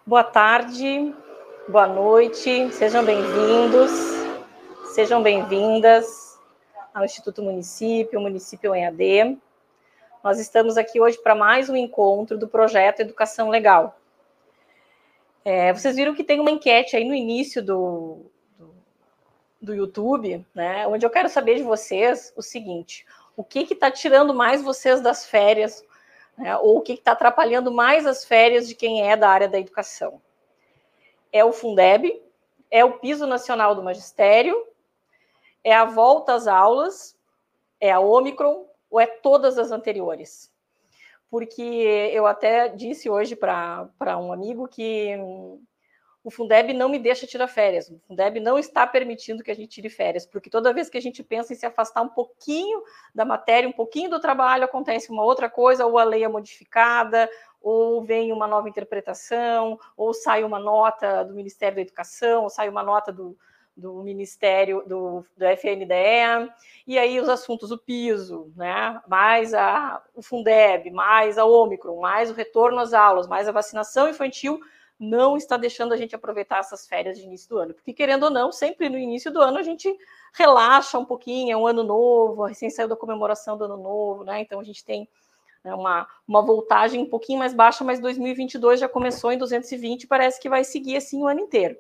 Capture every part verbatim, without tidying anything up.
Boa tarde, boa noite, sejam bem-vindos, sejam bem-vindas ao Instituto Município, Município em A D. Nós estamos aqui hoje para mais um encontro do projeto Educação Legal. É, vocês viram que tem uma enquete aí no início do, do, do YouTube, né, onde eu quero saber de vocês o seguinte: o que está tirando mais vocês das férias, né, ou o que está atrapalhando mais as férias de quem é da área da educação? É o Fundeb, é o Piso Nacional do Magistério, é a volta às aulas, é a Ômicron ou é todas as anteriores? Porque eu até disse hoje para um amigo que o Fundeb não me deixa tirar férias, o Fundeb não está permitindo que a gente tire férias, porque toda vez que a gente pensa em se afastar um pouquinho da matéria, um pouquinho do trabalho, acontece uma outra coisa, ou a lei é modificada, ou vem uma nova interpretação, ou sai uma nota do Ministério da Educação, ou sai uma nota do, do Ministério, do, do F N D E, e aí os assuntos, o piso, né, mais a, o Fundeb, mais a Ômicron, mais o retorno às aulas, mais a vacinação infantil, não está deixando a gente aproveitar essas férias de início do ano. Porque, querendo ou não, sempre no início do ano a gente relaxa um pouquinho, é um ano novo, recém saiu da comemoração do ano novo, né? Então a gente tem uma, uma voltagem um pouquinho mais baixa, mas dois mil e vinte e dois já começou em duzentos e vinte, parece que vai seguir assim o ano inteiro.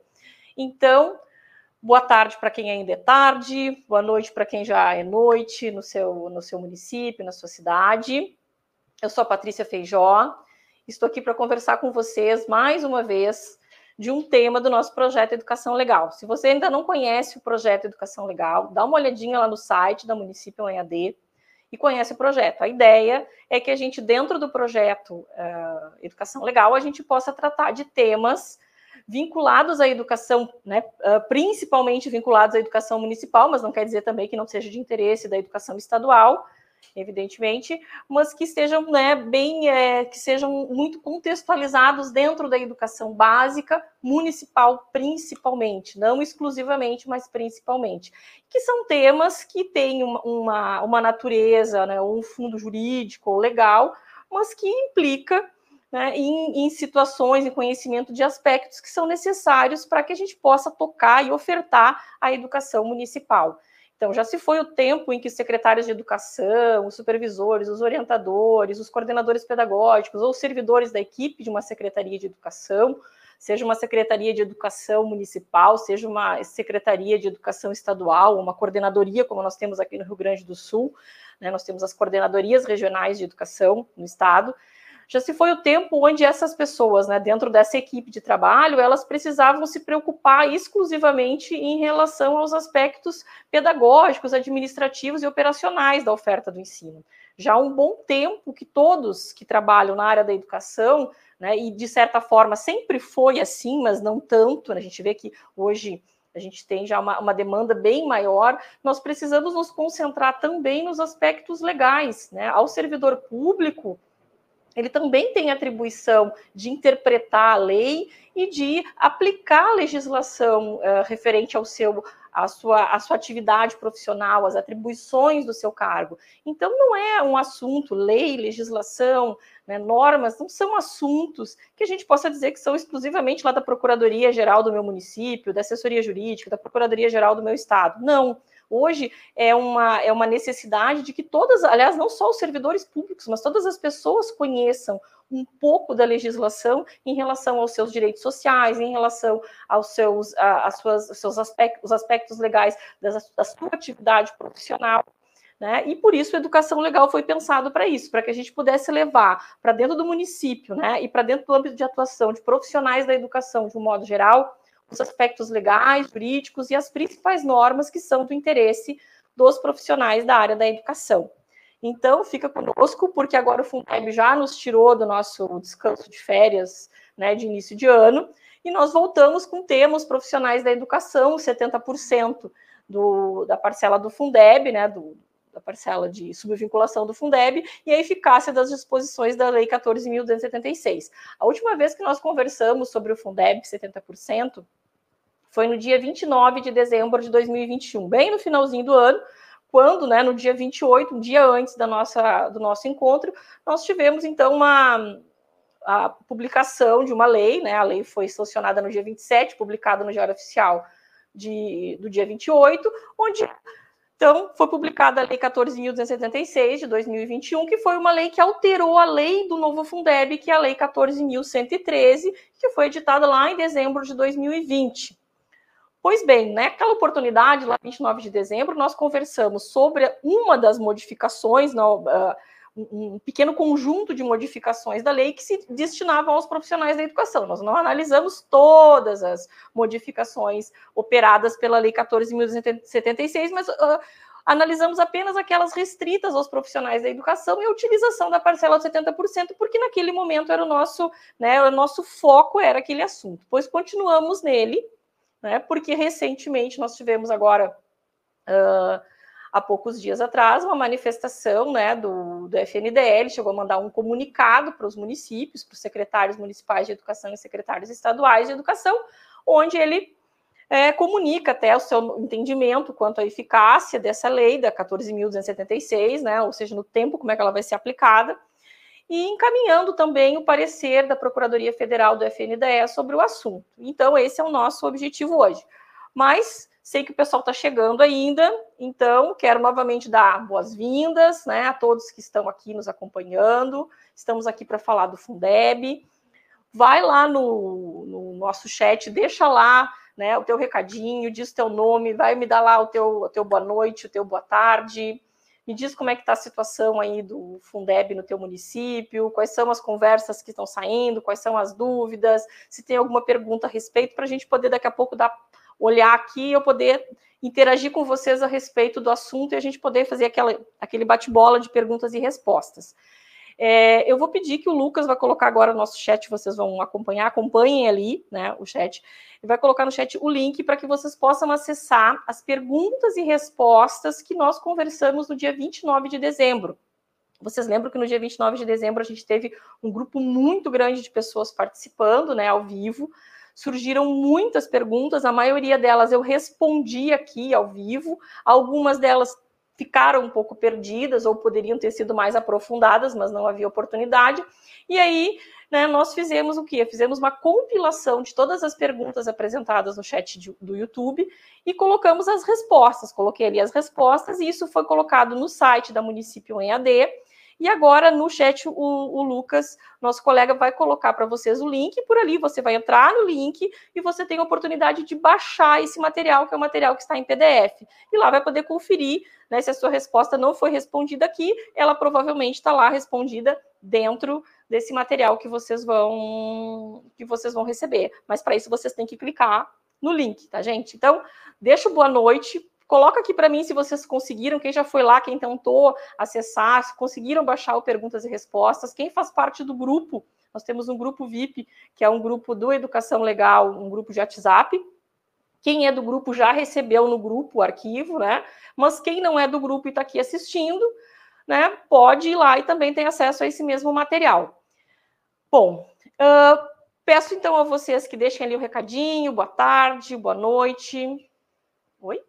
Então, boa tarde para quem ainda é tarde, boa noite para quem já é noite no seu, no seu município, na sua cidade. Eu sou a Patrícia Feijó, estou aqui para conversar com vocês mais uma vez de um tema do nosso projeto Educação Legal. Se você ainda não conhece o projeto Educação Legal, dá uma olhadinha lá no site da Município em A D e conhece o projeto. A ideia é que a gente, dentro do projeto uh, Educação Legal, a gente possa tratar de temas vinculados à educação, né, uh, principalmente vinculados à educação municipal, mas não quer dizer também que não seja de interesse da educação estadual, evidentemente, mas que sejam, né, bem, é, que sejam muito contextualizados dentro da educação básica municipal, principalmente, não exclusivamente, mas principalmente, que são temas que têm uma, uma, uma natureza, né, um fundo jurídico ou legal, mas que implica, né, em, em situações, em conhecimento de aspectos que são necessários para que a gente possa tocar e ofertar a educação municipal. Então, já se foi o tempo em que os secretários de educação, os supervisores, os orientadores, os coordenadores pedagógicos ou os servidores da equipe de uma secretaria de educação, seja uma secretaria de educação municipal, seja uma secretaria de educação estadual, uma coordenadoria, como nós temos aqui no Rio Grande do Sul, né, nós temos as coordenadorias regionais de educação no estado. Já se foi o tempo onde essas pessoas, né, dentro dessa equipe de trabalho, elas precisavam se preocupar exclusivamente em relação aos aspectos pedagógicos, administrativos e operacionais da oferta do ensino. Já há um bom tempo que todos que trabalham na área da educação, né, e de certa forma sempre foi assim, mas não tanto, né, a gente vê que hoje a gente tem já uma, uma demanda bem maior, nós precisamos nos concentrar também nos aspectos legais, né, ao servidor público. Ele também tem atribuição de interpretar a lei e de aplicar a legislação uh, referente ao seu, à sua, à sua atividade profissional, às atribuições do seu cargo. Então, não é um assunto, lei, legislação, né, normas, não são assuntos que a gente possa dizer que são exclusivamente lá da Procuradoria-Geral do meu município, da Assessoria Jurídica, da Procuradoria-Geral do meu estado. Não. Hoje é uma, é uma necessidade de que todas, aliás, não só os servidores públicos, mas todas as pessoas conheçam um pouco da legislação em relação aos seus direitos sociais, em relação aos seus, a, a suas, seus aspectos, os aspectos legais da, da sua atividade profissional. Né? E por isso a educação legal foi pensado para isso, para que a gente pudesse levar para dentro do município, né, e para dentro do âmbito de atuação de profissionais da educação, de um modo geral, os aspectos legais, jurídicos e as principais normas que são do interesse dos profissionais da área da educação. Então, fica conosco, porque agora o Fundeb já nos tirou do nosso descanso de férias, né, de início de ano, e nós voltamos com temas profissionais da educação, setenta por cento do, da parcela do Fundeb, né, do, da parcela de subvinculação do Fundeb, e a eficácia das disposições da Lei quatorze mil duzentos e setenta e seis. A última vez que nós conversamos sobre o Fundeb setenta por cento foi no dia vinte e nove de dezembro de dois mil e vinte e um, bem no finalzinho do ano, quando, né, no dia vinte e oito, um dia antes da nossa, do nosso encontro, nós tivemos, então, uma, a publicação de uma lei, né? A lei foi sancionada no dia vinte e sete, publicada no Diário Oficial de, do dia vinte e oito, onde, então, foi publicada a Lei quatorze mil duzentos e setenta e seis, de dois mil e vinte e um, que foi uma lei que alterou a lei do novo Fundeb, que é a Lei quatorze mil cento e treze, que foi editada lá em dezembro de dois mil e vinte. Pois bem, naquela oportunidade, lá vinte e nove de dezembro, nós conversamos sobre uma das modificações, não, uh, um pequeno conjunto de modificações da lei que se destinavam aos profissionais da educação. Nós não analisamos todas as modificações operadas pela Lei quatorze mil duzentos e setenta e seis, mas uh, analisamos apenas aquelas restritas aos profissionais da educação e a utilização da parcela de setenta por cento, porque naquele momento era o nosso, né, o nosso foco era aquele assunto. Pois continuamos nele, né, porque recentemente nós tivemos agora... Uh, há poucos dias atrás, uma manifestação, né, do, do F N D L, chegou a mandar um comunicado para os municípios, para os secretários municipais de educação e secretários estaduais de educação, onde ele é, comunica até o seu entendimento quanto à eficácia dessa lei, da quatorze mil duzentos e setenta e seis, né, ou seja, no tempo, como é que ela vai ser aplicada, e encaminhando também o parecer da Procuradoria Federal do F N D E sobre o assunto. Então, esse é o nosso objetivo hoje. Mas... sei que o pessoal está chegando ainda, então quero novamente dar boas-vindas, né, a todos que estão aqui nos acompanhando. Estamos aqui para falar do Fundeb. Vai lá no, no nosso chat, deixa lá, né, o teu recadinho, diz o teu nome, vai me dar lá o teu, o teu boa noite, o teu boa tarde. Me diz como é que está a situação aí do Fundeb no teu município, quais são as conversas que estão saindo, quais são as dúvidas, se tem alguma pergunta a respeito, para a gente poder daqui a pouco dar... olhar aqui e eu poder interagir com vocês a respeito do assunto e a gente poder fazer aquela, aquele bate-bola de perguntas e respostas. É, eu vou pedir que o Lucas vai colocar agora no nosso chat, vocês vão acompanhar, acompanhem ali, né, o chat, e vai colocar no chat o link para que vocês possam acessar as perguntas e respostas que nós conversamos no dia vinte e nove de dezembro. Vocês lembram que no dia vinte e nove de dezembro a gente teve um grupo muito grande de pessoas participando, né, ao vivo. Surgiram muitas perguntas, a maioria delas eu respondi aqui ao vivo, algumas delas ficaram um pouco perdidas ou poderiam ter sido mais aprofundadas, mas não havia oportunidade. E aí, né, nós fizemos o quê? Fizemos uma compilação de todas as perguntas apresentadas no chat de, do YouTube e colocamos as respostas. Coloquei ali as respostas e isso foi colocado no site da Município em A D. E agora, no chat, o, o Lucas, nosso colega, vai colocar para vocês o link. Por ali, você vai entrar no link e você tem a oportunidade de baixar esse material, que é o material que está em P D F. E lá vai poder conferir, né, se a sua resposta não foi respondida aqui, ela provavelmente está lá respondida dentro desse material que vocês vão, que vocês vão receber. Mas, para isso, vocês têm que clicar no link, tá, gente? Então, deixa boa noite. Coloca aqui para mim se vocês conseguiram, quem já foi lá, quem tentou acessar, se conseguiram baixar o Perguntas e Respostas, quem faz parte do grupo, nós temos um grupo V I P, que é um grupo do Educação Legal, um grupo de WhatsApp. Quem é do grupo já recebeu no grupo o arquivo, né? Mas quem não é do grupo e está aqui assistindo, né, pode ir lá e também tem acesso a esse mesmo material. Bom, uh, peço então a vocês que deixem ali o recadinho, boa tarde, boa noite. Oi?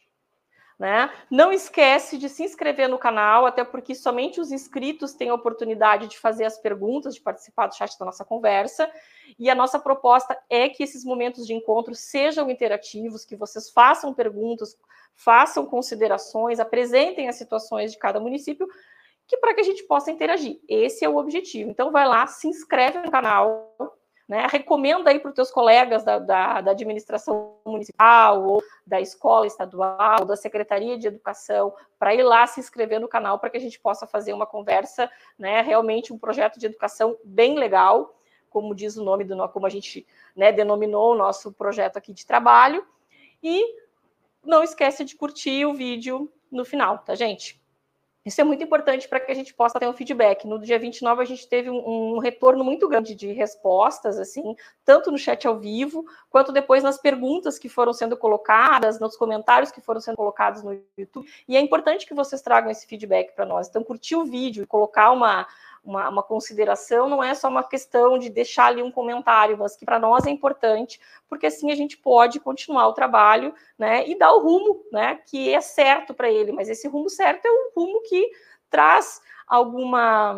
Né? Não esquece de se inscrever no canal, até porque somente os inscritos têm a oportunidade de fazer as perguntas, de participar do chat da nossa conversa, e a nossa proposta é que esses momentos de encontro sejam interativos, que vocês façam perguntas, façam considerações, apresentem as situações de cada município, que para que a gente possa interagir. Esse é o objetivo. Então vai lá, se inscreve no canal, né? Recomenda aí para os teus colegas da, da, da administração municipal, ou da escola estadual, ou da Secretaria de Educação, para ir lá se inscrever no canal, para que a gente possa fazer uma conversa, né? Realmente um projeto de educação bem legal, como diz o nome, do, como a gente, né, denominou o nosso projeto aqui de trabalho. E não esquece de curtir o vídeo no final, tá, gente? Isso é muito importante para que a gente possa ter um feedback. No dia vinte e nove, a gente teve um, um retorno muito grande de respostas, assim, tanto no chat ao vivo, quanto depois nas perguntas que foram sendo colocadas, nos comentários que foram sendo colocados no YouTube. E é importante que vocês tragam esse feedback para nós. Então, curtir o vídeo e colocar uma, uma, uma consideração não é só uma questão de deixar ali um comentário, mas que para nós é importante, porque assim a gente pode continuar o trabalho, né, e dar o rumo, né, que é certo para ele, mas esse rumo certo é um rumo que traz alguma,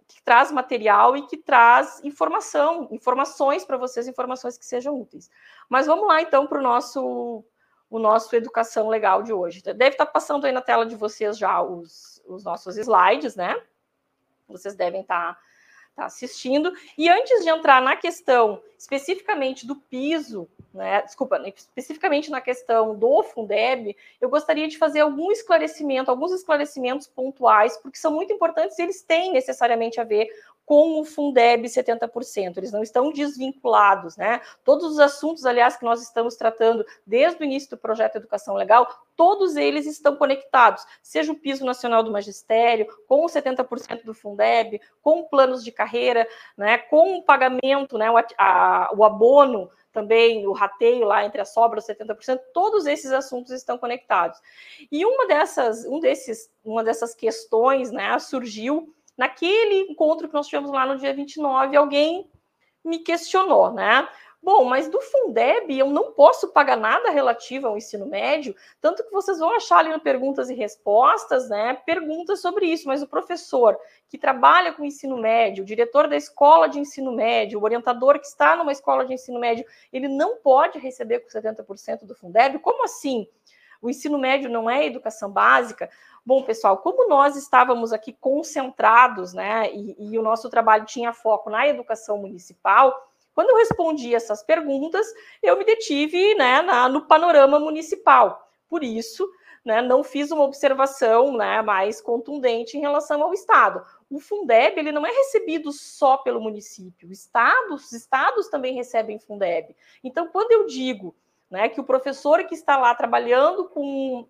que traz material e que traz informação, informações para vocês, informações que sejam úteis. Mas vamos lá, então, para o nosso, o nosso Educação Legal de hoje. Deve estar passando aí na tela de vocês já os, os nossos slides, né? Vocês devem estar, estar assistindo. E antes de entrar na questão especificamente do piso, né? Desculpa, especificamente na questão do Fundeb, eu gostaria de fazer algum esclarecimento, alguns esclarecimentos pontuais, porque são muito importantes e eles têm necessariamente a ver com o Fundeb setenta por cento, eles não estão desvinculados, né? Todos os assuntos, aliás, que nós estamos tratando desde o início do projeto Educação Legal, todos eles estão conectados, seja o piso nacional do magistério, com o setenta por cento do Fundeb, com planos de carreira, né? Com o pagamento, né? O, a, o abono também, o rateio lá entre a sobra e os setenta por cento, todos esses assuntos estão conectados. E uma dessas, um desses, uma dessas questões, né, surgiu naquele encontro que nós tivemos lá no dia vinte e nove, alguém me questionou, né? Bom, mas do Fundeb eu não posso pagar nada relativo ao ensino médio, tanto que vocês vão achar ali no Perguntas e Respostas, né, perguntas sobre isso, mas o professor que trabalha com ensino médio, o diretor da escola de ensino médio, o orientador que está numa escola de ensino médio, ele não pode receber com setenta por cento do Fundeb? Como assim? O ensino médio não é educação básica? Bom, pessoal, como nós estávamos aqui concentrados, né, e, e o nosso trabalho tinha foco na educação municipal, quando eu respondi essas perguntas, eu me detive, né, na, no panorama municipal. Por isso, né, não fiz uma observação, né, mais contundente em relação ao Estado. O Fundeb ele não é recebido só pelo município, o Estado, os estados também recebem Fundeb. Então, quando eu digo, né, que o professor que está lá trabalhando com,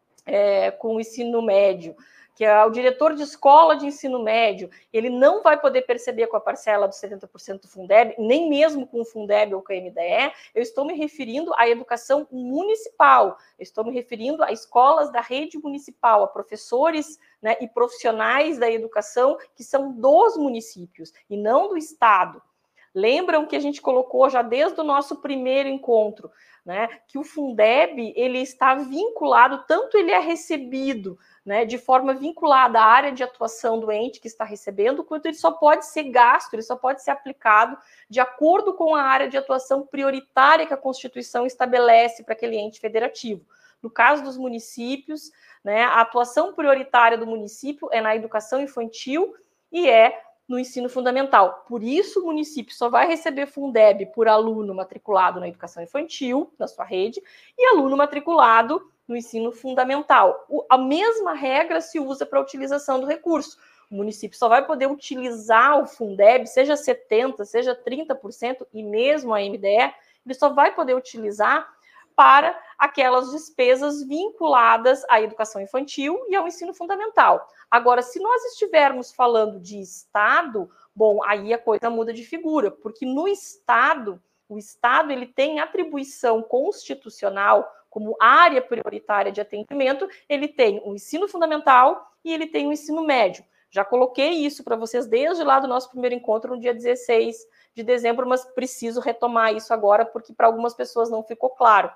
é, com o ensino médio, que é o diretor de escola de ensino médio, ele não vai poder perceber com a parcela dos setenta por cento do Fundeb, nem mesmo com o Fundeb ou com a M D E, eu estou me referindo à educação municipal, eu estou me referindo a escolas da rede municipal, a professores, né, e profissionais da educação que são dos municípios e não do Estado. Lembram que a gente colocou já desde o nosso primeiro encontro, né, que o Fundeb ele está vinculado, tanto ele é recebido, né, de forma vinculada à área de atuação do ente que está recebendo, quanto ele só pode ser gasto, ele só pode ser aplicado de acordo com a área de atuação prioritária que a Constituição estabelece para aquele ente federativo. No caso dos municípios, né, a atuação prioritária do município é na educação infantil e é no ensino fundamental. Por isso, o município só vai receber Fundeb por aluno matriculado na educação infantil, na sua rede, e aluno matriculado no ensino fundamental. O, a mesma regra se usa para a utilização do recurso. O município só vai poder utilizar o Fundeb, seja setenta por cento, seja trinta por cento, e mesmo a M D E, ele só vai poder utilizar para aquelas despesas vinculadas à educação infantil e ao ensino fundamental. Agora, se nós estivermos falando de Estado, bom, aí a coisa muda de figura, porque no Estado, o Estado ele tem atribuição constitucional como área prioritária de atendimento, ele tem o ensino fundamental e ele tem o ensino médio. Já coloquei isso para vocês desde lá do nosso primeiro encontro no dia dezesseis de dezembro, mas preciso retomar isso agora, porque para algumas pessoas não ficou claro.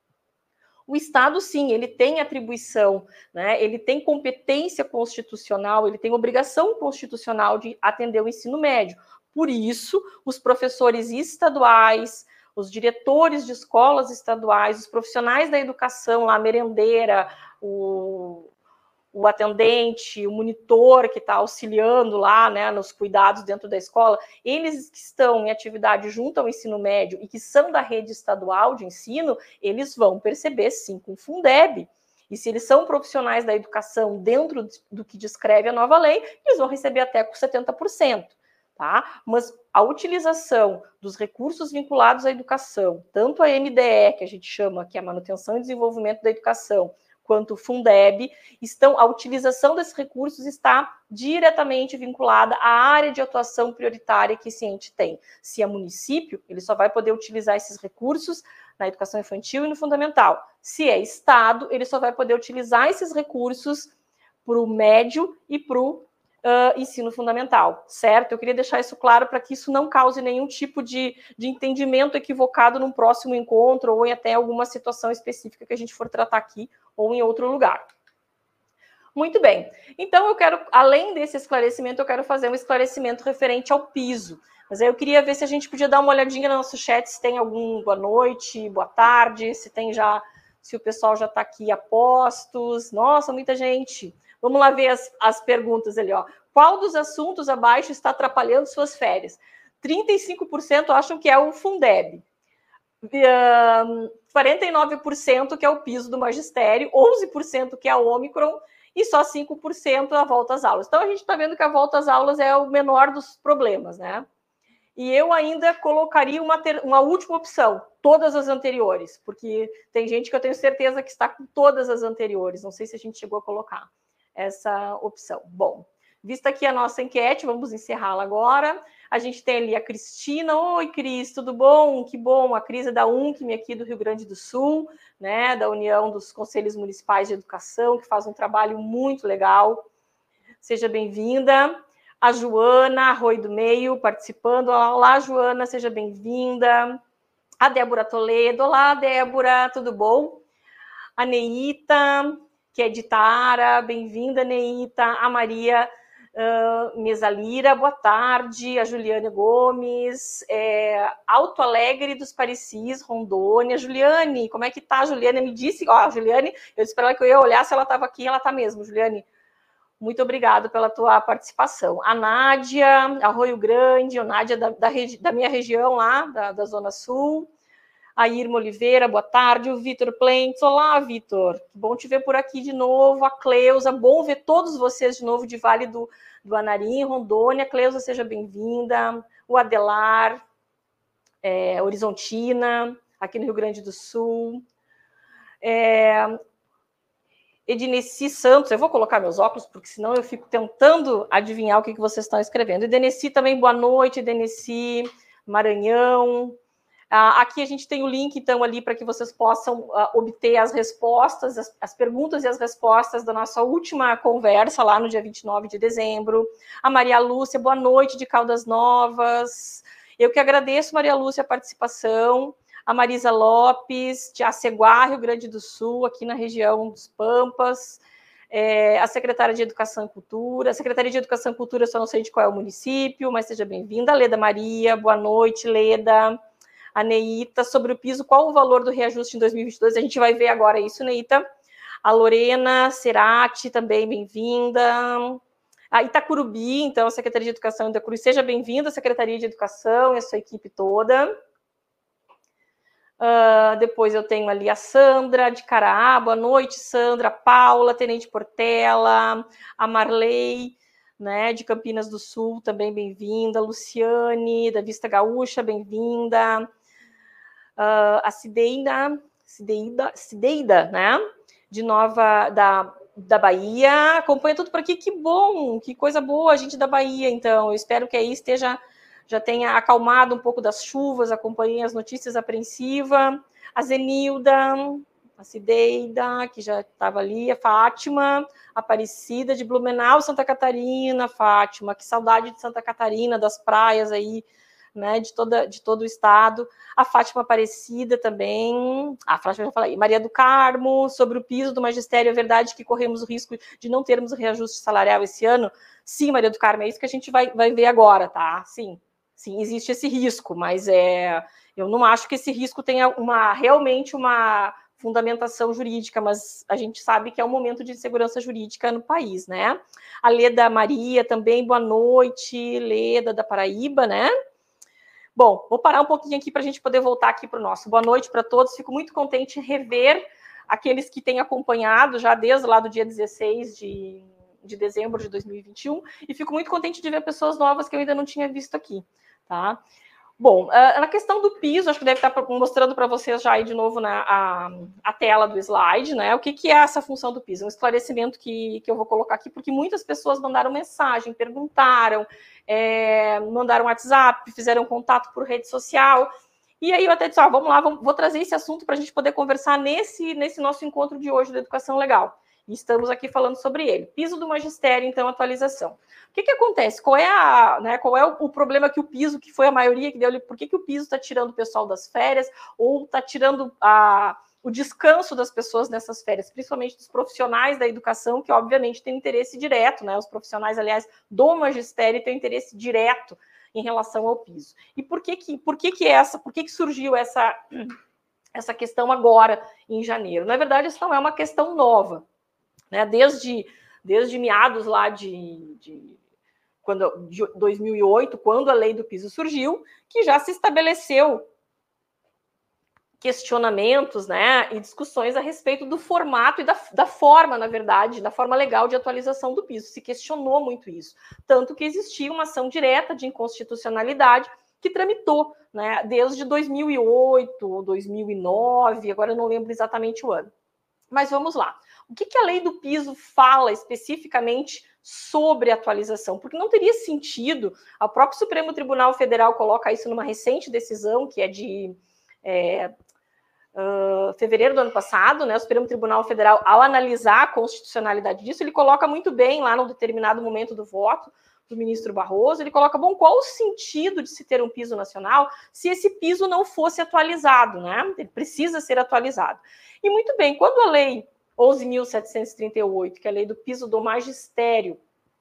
O Estado, sim, ele tem atribuição, né? Ele tem competência constitucional, ele tem obrigação constitucional de atender o ensino médio. Por isso, os professores estaduais, os diretores de escolas estaduais, os profissionais da educação, a merendeira, o, o atendente, o monitor que está auxiliando lá, né, nos cuidados dentro da escola, eles que estão em atividade junto ao ensino médio e que são da rede estadual de ensino, eles vão perceber, sim, com o Fundeb. E se eles são profissionais da educação dentro do que descreve a nova lei, eles vão receber até com setenta por cento. Tá? Mas a utilização dos recursos vinculados à educação, tanto a M D E, que a gente chama, que é a manutenção e desenvolvimento da educação, quanto o Fundeb, estão, a utilização desses recursos está diretamente vinculada à área de atuação prioritária que esse ente tem. Se é município, ele só vai poder utilizar esses recursos na educação infantil e no fundamental. Se é Estado, ele só vai poder utilizar esses recursos para o médio e para o Uh, ensino fundamental, certo? Eu queria deixar isso claro para que isso não cause nenhum tipo de, de entendimento equivocado num próximo encontro ou em até alguma situação específica que a gente for tratar aqui ou em outro lugar. Muito bem. Então, eu quero, além desse esclarecimento, eu quero fazer um esclarecimento referente ao piso. Mas aí eu queria ver se a gente podia dar uma olhadinha no nosso chat, se tem algum boa noite, boa tarde, se tem já, se o pessoal já está aqui a postos. Nossa, muita gente. Vamos lá ver as, as perguntas ali, ó. Qual dos assuntos abaixo está atrapalhando suas férias? trinta e cinco por cento acham que é o Fundeb. quarenta e nove por cento que é o piso do magistério, onze por cento que é a Ômicron e só cinco por cento a volta às aulas. Então, a gente está vendo que a volta às aulas é o menor dos problemas, né? E eu ainda colocaria uma, ter... uma última opção, todas as anteriores, porque tem gente que eu tenho certeza que está com todas as anteriores. Não sei se a gente chegou a colocar essa opção. Bom, vista aqui a nossa enquete, vamos encerrá-la agora. A gente tem ali a Cristina. Oi, Cris, tudo bom? Que bom. A Cris é da U N C M aqui do Rio Grande do Sul, né, da União dos Conselhos Municipais de Educação, que faz um trabalho muito legal. Seja bem-vinda. A Joana Arroio do Meio participando. Olá, Joana, seja bem-vinda. A Débora Toledo. Olá, Débora, tudo bom? A Neita, que é de Tara, bem-vinda, Neita. A Maria uh, Mesalira, boa tarde. A Juliane Gomes, é, Alto Alegre dos Parecis, Rondônia. Juliane, como é que tá? A Juliane me disse, ó, a Juliane, eu disse para ela que eu ia olhar se ela estava aqui, ela tá mesmo, Juliane. Muito obrigada pela tua participação. A Nádia, Arroio Grande, a Nádia da, da, da minha região lá, da, da Zona Sul. A Irma Oliveira, boa tarde. O Vitor Plentes, olá, Vitor. Que bom te ver por aqui de novo. A Cleusa, bom ver todos vocês de novo de Vale do, do Anarim, Rondônia. Cleusa, seja bem-vinda. O Adelar, é, Horizontina, aqui no Rio Grande do Sul. É, Edneci Santos, eu vou colocar meus óculos, porque senão eu fico tentando adivinhar o que, que vocês estão escrevendo. Edneci também, boa noite, Edneci, Maranhão. Ah, aqui a gente tem o link, então, ali para que vocês possam uh, obter as respostas, as, as perguntas e as respostas da nossa última conversa, lá no dia vinte e nove de dezembro. A Maria Lúcia, boa noite, de Caldas Novas. Eu que agradeço, Maria Lúcia, a participação. A Marisa Lopes, de Aceguá, Rio Grande do Sul, aqui na região dos Pampas, é, a secretária de Educação e Cultura, a Secretaria de Educação e Cultura, só não sei de qual é o município, mas seja bem-vinda. A Leda Maria, boa noite, Leda. A Neita, sobre o piso, qual o valor do reajuste em dois mil e vinte e dois? A gente vai ver agora isso, Neita. A Lorena Cerati, também bem-vinda. A Itacurubi, então, a Secretaria de Educação de Itacurubi, seja bem-vinda, a Secretaria de Educação e a sua equipe toda. Uh, depois eu tenho ali a Sandra, de Caraá, boa noite, Sandra, a Paula, Tenente Portela, a Marley, né, de Campinas do Sul, também bem-vinda, a Luciane, da Vista Gaúcha, bem-vinda, uh, a Cideida, Cideida, Cideida, né, de Nova, da, da Bahia, acompanha tudo por aqui, que bom, que coisa boa, a gente da Bahia, então, eu espero que aí esteja... já tenha acalmado um pouco das chuvas, acompanhei as notícias apreensiva. A Zenilda, a Cideida, que já estava ali, a Fátima, Aparecida de Blumenau, Santa Catarina, Fátima, que saudade de Santa Catarina, das praias aí, né, de, toda, de todo o estado. A Fátima Aparecida também, a Fátima já falei, Maria do Carmo, sobre o piso do magistério, é verdade que corremos o risco de não termos reajuste salarial esse ano? Sim, Maria do Carmo, é isso que a gente vai, vai ver agora, tá? Sim. Sim, existe esse risco, mas é, eu não acho que esse risco tenha uma, realmente uma fundamentação jurídica, mas a gente sabe que é um momento de insegurança jurídica no país, né? A Leda Maria também, boa noite, Leda da Paraíba, né? Bom, vou parar um pouquinho aqui para a gente poder voltar aqui para o nosso. Boa noite para todos, fico muito contente em rever aqueles que têm acompanhado já desde lá do dia dezesseis de, de dezembro de dois mil e vinte e um, e fico muito contente de ver pessoas novas que eu ainda não tinha visto aqui. Tá? Bom, na questão do piso, acho que deve estar mostrando para vocês já aí de novo na, a, a tela do slide, né? O que, que é essa função do piso? Um esclarecimento que, que eu vou colocar aqui, porque muitas pessoas mandaram mensagem, perguntaram, é, mandaram WhatsApp, fizeram contato por rede social, e aí eu até disse, ó, vamos lá, vamos, vou trazer esse assunto para a gente poder conversar nesse, nesse nosso encontro de hoje da Educação Legal. E estamos aqui falando sobre ele. Piso do magistério, então, atualização. O que, que acontece? Qual é, a, né, qual é o, o problema que o piso, que foi a maioria que deu, por que, que o piso está tirando o pessoal das férias, ou está tirando a, o descanso das pessoas nessas férias, principalmente dos profissionais da educação, que obviamente têm interesse direto, né? Os profissionais, aliás, do magistério têm interesse direto em relação ao piso. E por que que, por que, que essa, por que, que surgiu essa, essa questão agora em janeiro? Na verdade, isso não é uma questão nova, né? Desde, desde meados lá de, de, quando, de dois mil e oito, quando a lei do piso surgiu, que já se estabeleceu questionamentos, né, e discussões a respeito do formato e da, da forma, na verdade, da forma legal de atualização do piso. Se questionou muito isso. Tanto que existia uma ação direta de inconstitucionalidade que tramitou, né, desde dois mil e oito, dois mil e nove, agora eu não lembro exatamente o ano. Mas vamos lá. O que, que a lei do piso fala especificamente sobre atualização? Porque não teria sentido, o próprio Supremo Tribunal Federal coloca isso numa recente decisão, que é de é, Uh, fevereiro do ano passado, né, o Supremo Tribunal Federal, ao analisar a constitucionalidade disso, ele coloca muito bem lá num determinado momento do voto do ministro Barroso, ele coloca, bom, qual o sentido de se ter um piso nacional se esse piso não fosse atualizado, né? Ele precisa ser atualizado. E muito bem, quando a lei onze mil setecentos e trinta e oito, que é a lei do piso do magistério,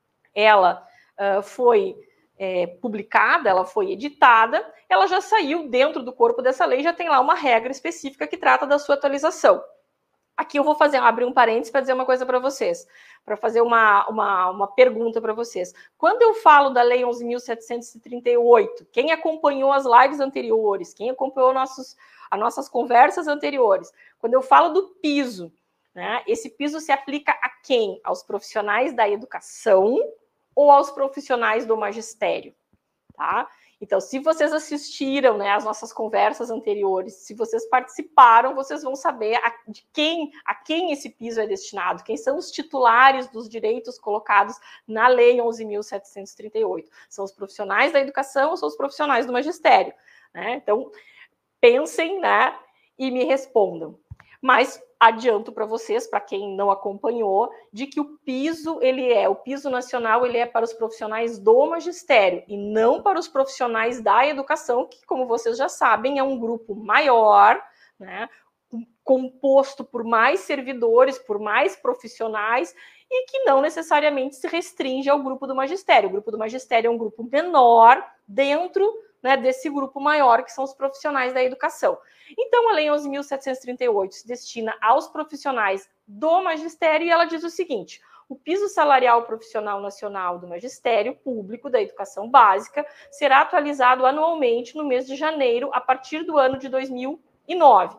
ela uh, foi É, publicada, ela foi editada, ela já saiu dentro do corpo dessa lei, já tem lá uma regra específica que trata da sua atualização. Aqui eu vou fazer, abrir um parênteses para dizer uma coisa para vocês, para fazer uma, uma, uma pergunta para vocês. Quando eu falo da lei onze mil setecentos e trinta e oito, quem acompanhou as lives anteriores, quem acompanhou nossos, as nossas conversas anteriores, quando eu falo do piso, né, esse piso se aplica a quem? Aos profissionais da educação ou aos profissionais do magistério, tá? Então, se vocês assistiram, né, às nossas conversas anteriores, se vocês participaram, vocês vão saber a, de quem, a quem esse piso é destinado, quem são os titulares dos direitos colocados na Lei onze mil setecentos e trinta e oito. São os profissionais da educação ou são os profissionais do magistério, né? Então, pensem, né, e me respondam. Mas adianto para vocês, para quem não acompanhou, de que o piso, ele é, o piso nacional, ele é para os profissionais do magistério e não para os profissionais da educação, que, como vocês já sabem, é um grupo maior, né, composto por mais servidores, por mais profissionais, e que não necessariamente se restringe ao grupo do magistério. O grupo do magistério é um grupo menor dentro, né, desse grupo maior, que são os profissionais da educação. Então, a Lei onze mil setecentos e trinta e oito se destina aos profissionais do magistério e ela diz o seguinte: o piso salarial profissional nacional do magistério público da educação básica será atualizado anualmente no mês de janeiro, a partir do ano de dois mil e nove.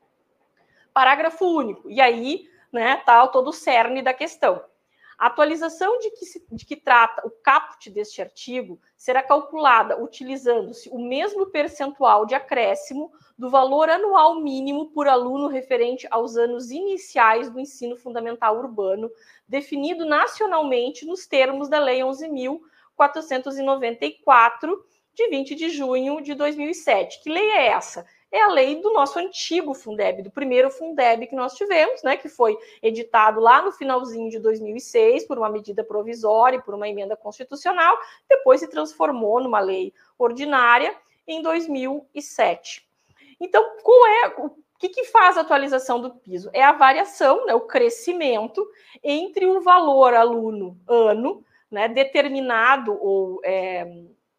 Parágrafo único. E aí, né, tá todo o cerne da questão. A atualização de que, se, de que trata o caput deste artigo será calculada utilizando-se o mesmo percentual de acréscimo do valor anual mínimo por aluno referente aos anos iniciais do ensino fundamental urbano, definido nacionalmente nos termos da Lei onze mil quatrocentos e noventa e quatro, de vinte de junho de dois mil e sete. Que lei é essa? É a lei do nosso antigo Fundeb, do primeiro Fundeb que nós tivemos, né, que foi editado lá no finalzinho de dois mil e seis por uma medida provisória e por uma emenda constitucional, depois se transformou numa lei ordinária em dois mil e sete. Então, qual é, o que, que faz a atualização do piso? É a variação, né, o crescimento entre o valor aluno-ano, né, determinado ou é,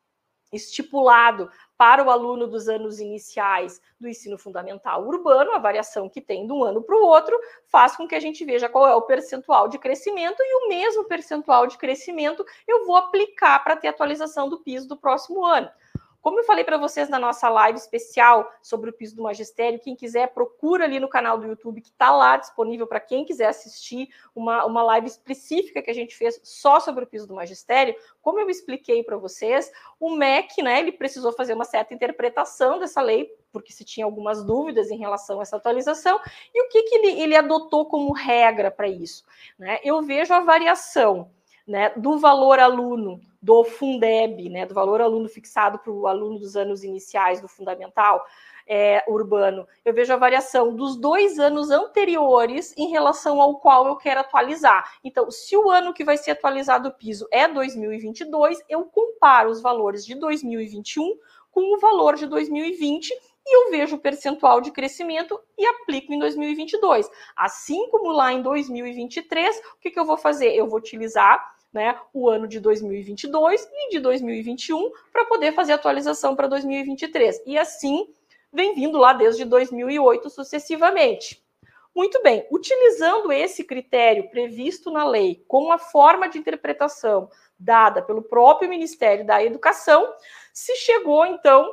estipulado para o aluno dos anos iniciais do ensino fundamental urbano, a variação que tem de um ano para o outro, faz com que a gente veja qual é o percentual de crescimento, e o mesmo percentual de crescimento eu vou aplicar para ter atualização do piso do próximo ano. Como eu falei para vocês na nossa live especial sobre o piso do magistério, quem quiser procura ali no canal do YouTube, que está lá disponível para quem quiser assistir uma, uma live específica que a gente fez só sobre o piso do magistério. Como eu expliquei para vocês, o M E C, né, ele precisou fazer uma certa interpretação dessa lei, porque se tinha algumas dúvidas em relação a essa atualização, e o que, que ele, ele adotou como regra para isso, né? Eu vejo a variação, né, do valor aluno do Fundeb, né, do valor aluno fixado para o aluno dos anos iniciais do fundamental é, urbano, eu vejo a variação dos dois anos anteriores em relação ao qual eu quero atualizar. Então, se o ano que vai ser atualizado o piso é dois mil e vinte e dois, eu comparo os valores de dois mil e vinte e um com o valor de dois mil e vinte e eu vejo o percentual de crescimento e aplico em dois mil e vinte e dois. Assim como lá em dois mil e vinte e três, o que, que eu vou fazer? Eu vou utilizar, né, o ano de dois mil e vinte e dois e de dois mil e vinte e um para poder fazer atualização para dois mil e vinte e três. E assim vem vindo lá desde dois mil e oito sucessivamente. Muito bem, utilizando esse critério previsto na lei como a forma de interpretação dada pelo próprio Ministério da Educação, se chegou, então,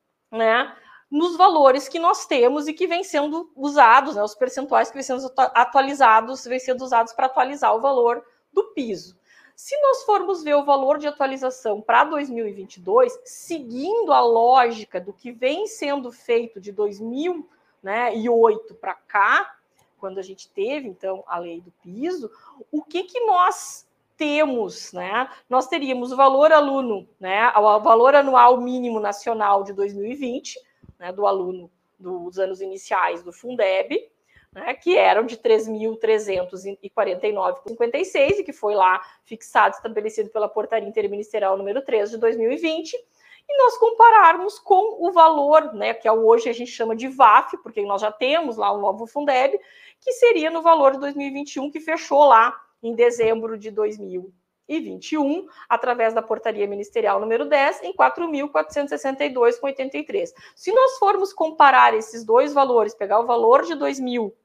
né, nos valores que nós temos e que vêm sendo usados, né, os percentuais que vêm sendo atualizados, vêm sendo usados para atualizar o valor do piso. Se nós formos ver o valor de atualização para dois mil e vinte e dois, seguindo a lógica do que vem sendo feito de dois mil e oito para cá, quando a gente teve, então, a lei do piso, o que, que nós temos, né? Nós teríamos o valor aluno, né? O valor anual mínimo nacional de dois mil e vinte, né? Do aluno dos anos iniciais do Fundeb, né? Que eram de três mil trezentos e quarenta e nove vírgula cinquenta e seis e que foi lá fixado, estabelecido pela portaria interministerial número três de dois mil e vinte, e nós compararmos com o valor, né, que hoje a gente chama de V A F, porque nós já temos lá o novo Fundeb, que seria no valor de dois mil e vinte e um, que fechou lá em dezembro de dois mil e vinte e um, através da portaria ministerial número dez, em quatro mil quatrocentos e sessenta e dois vírgula oitenta e três. Se nós formos comparar esses dois valores, pegar o valor de dois mil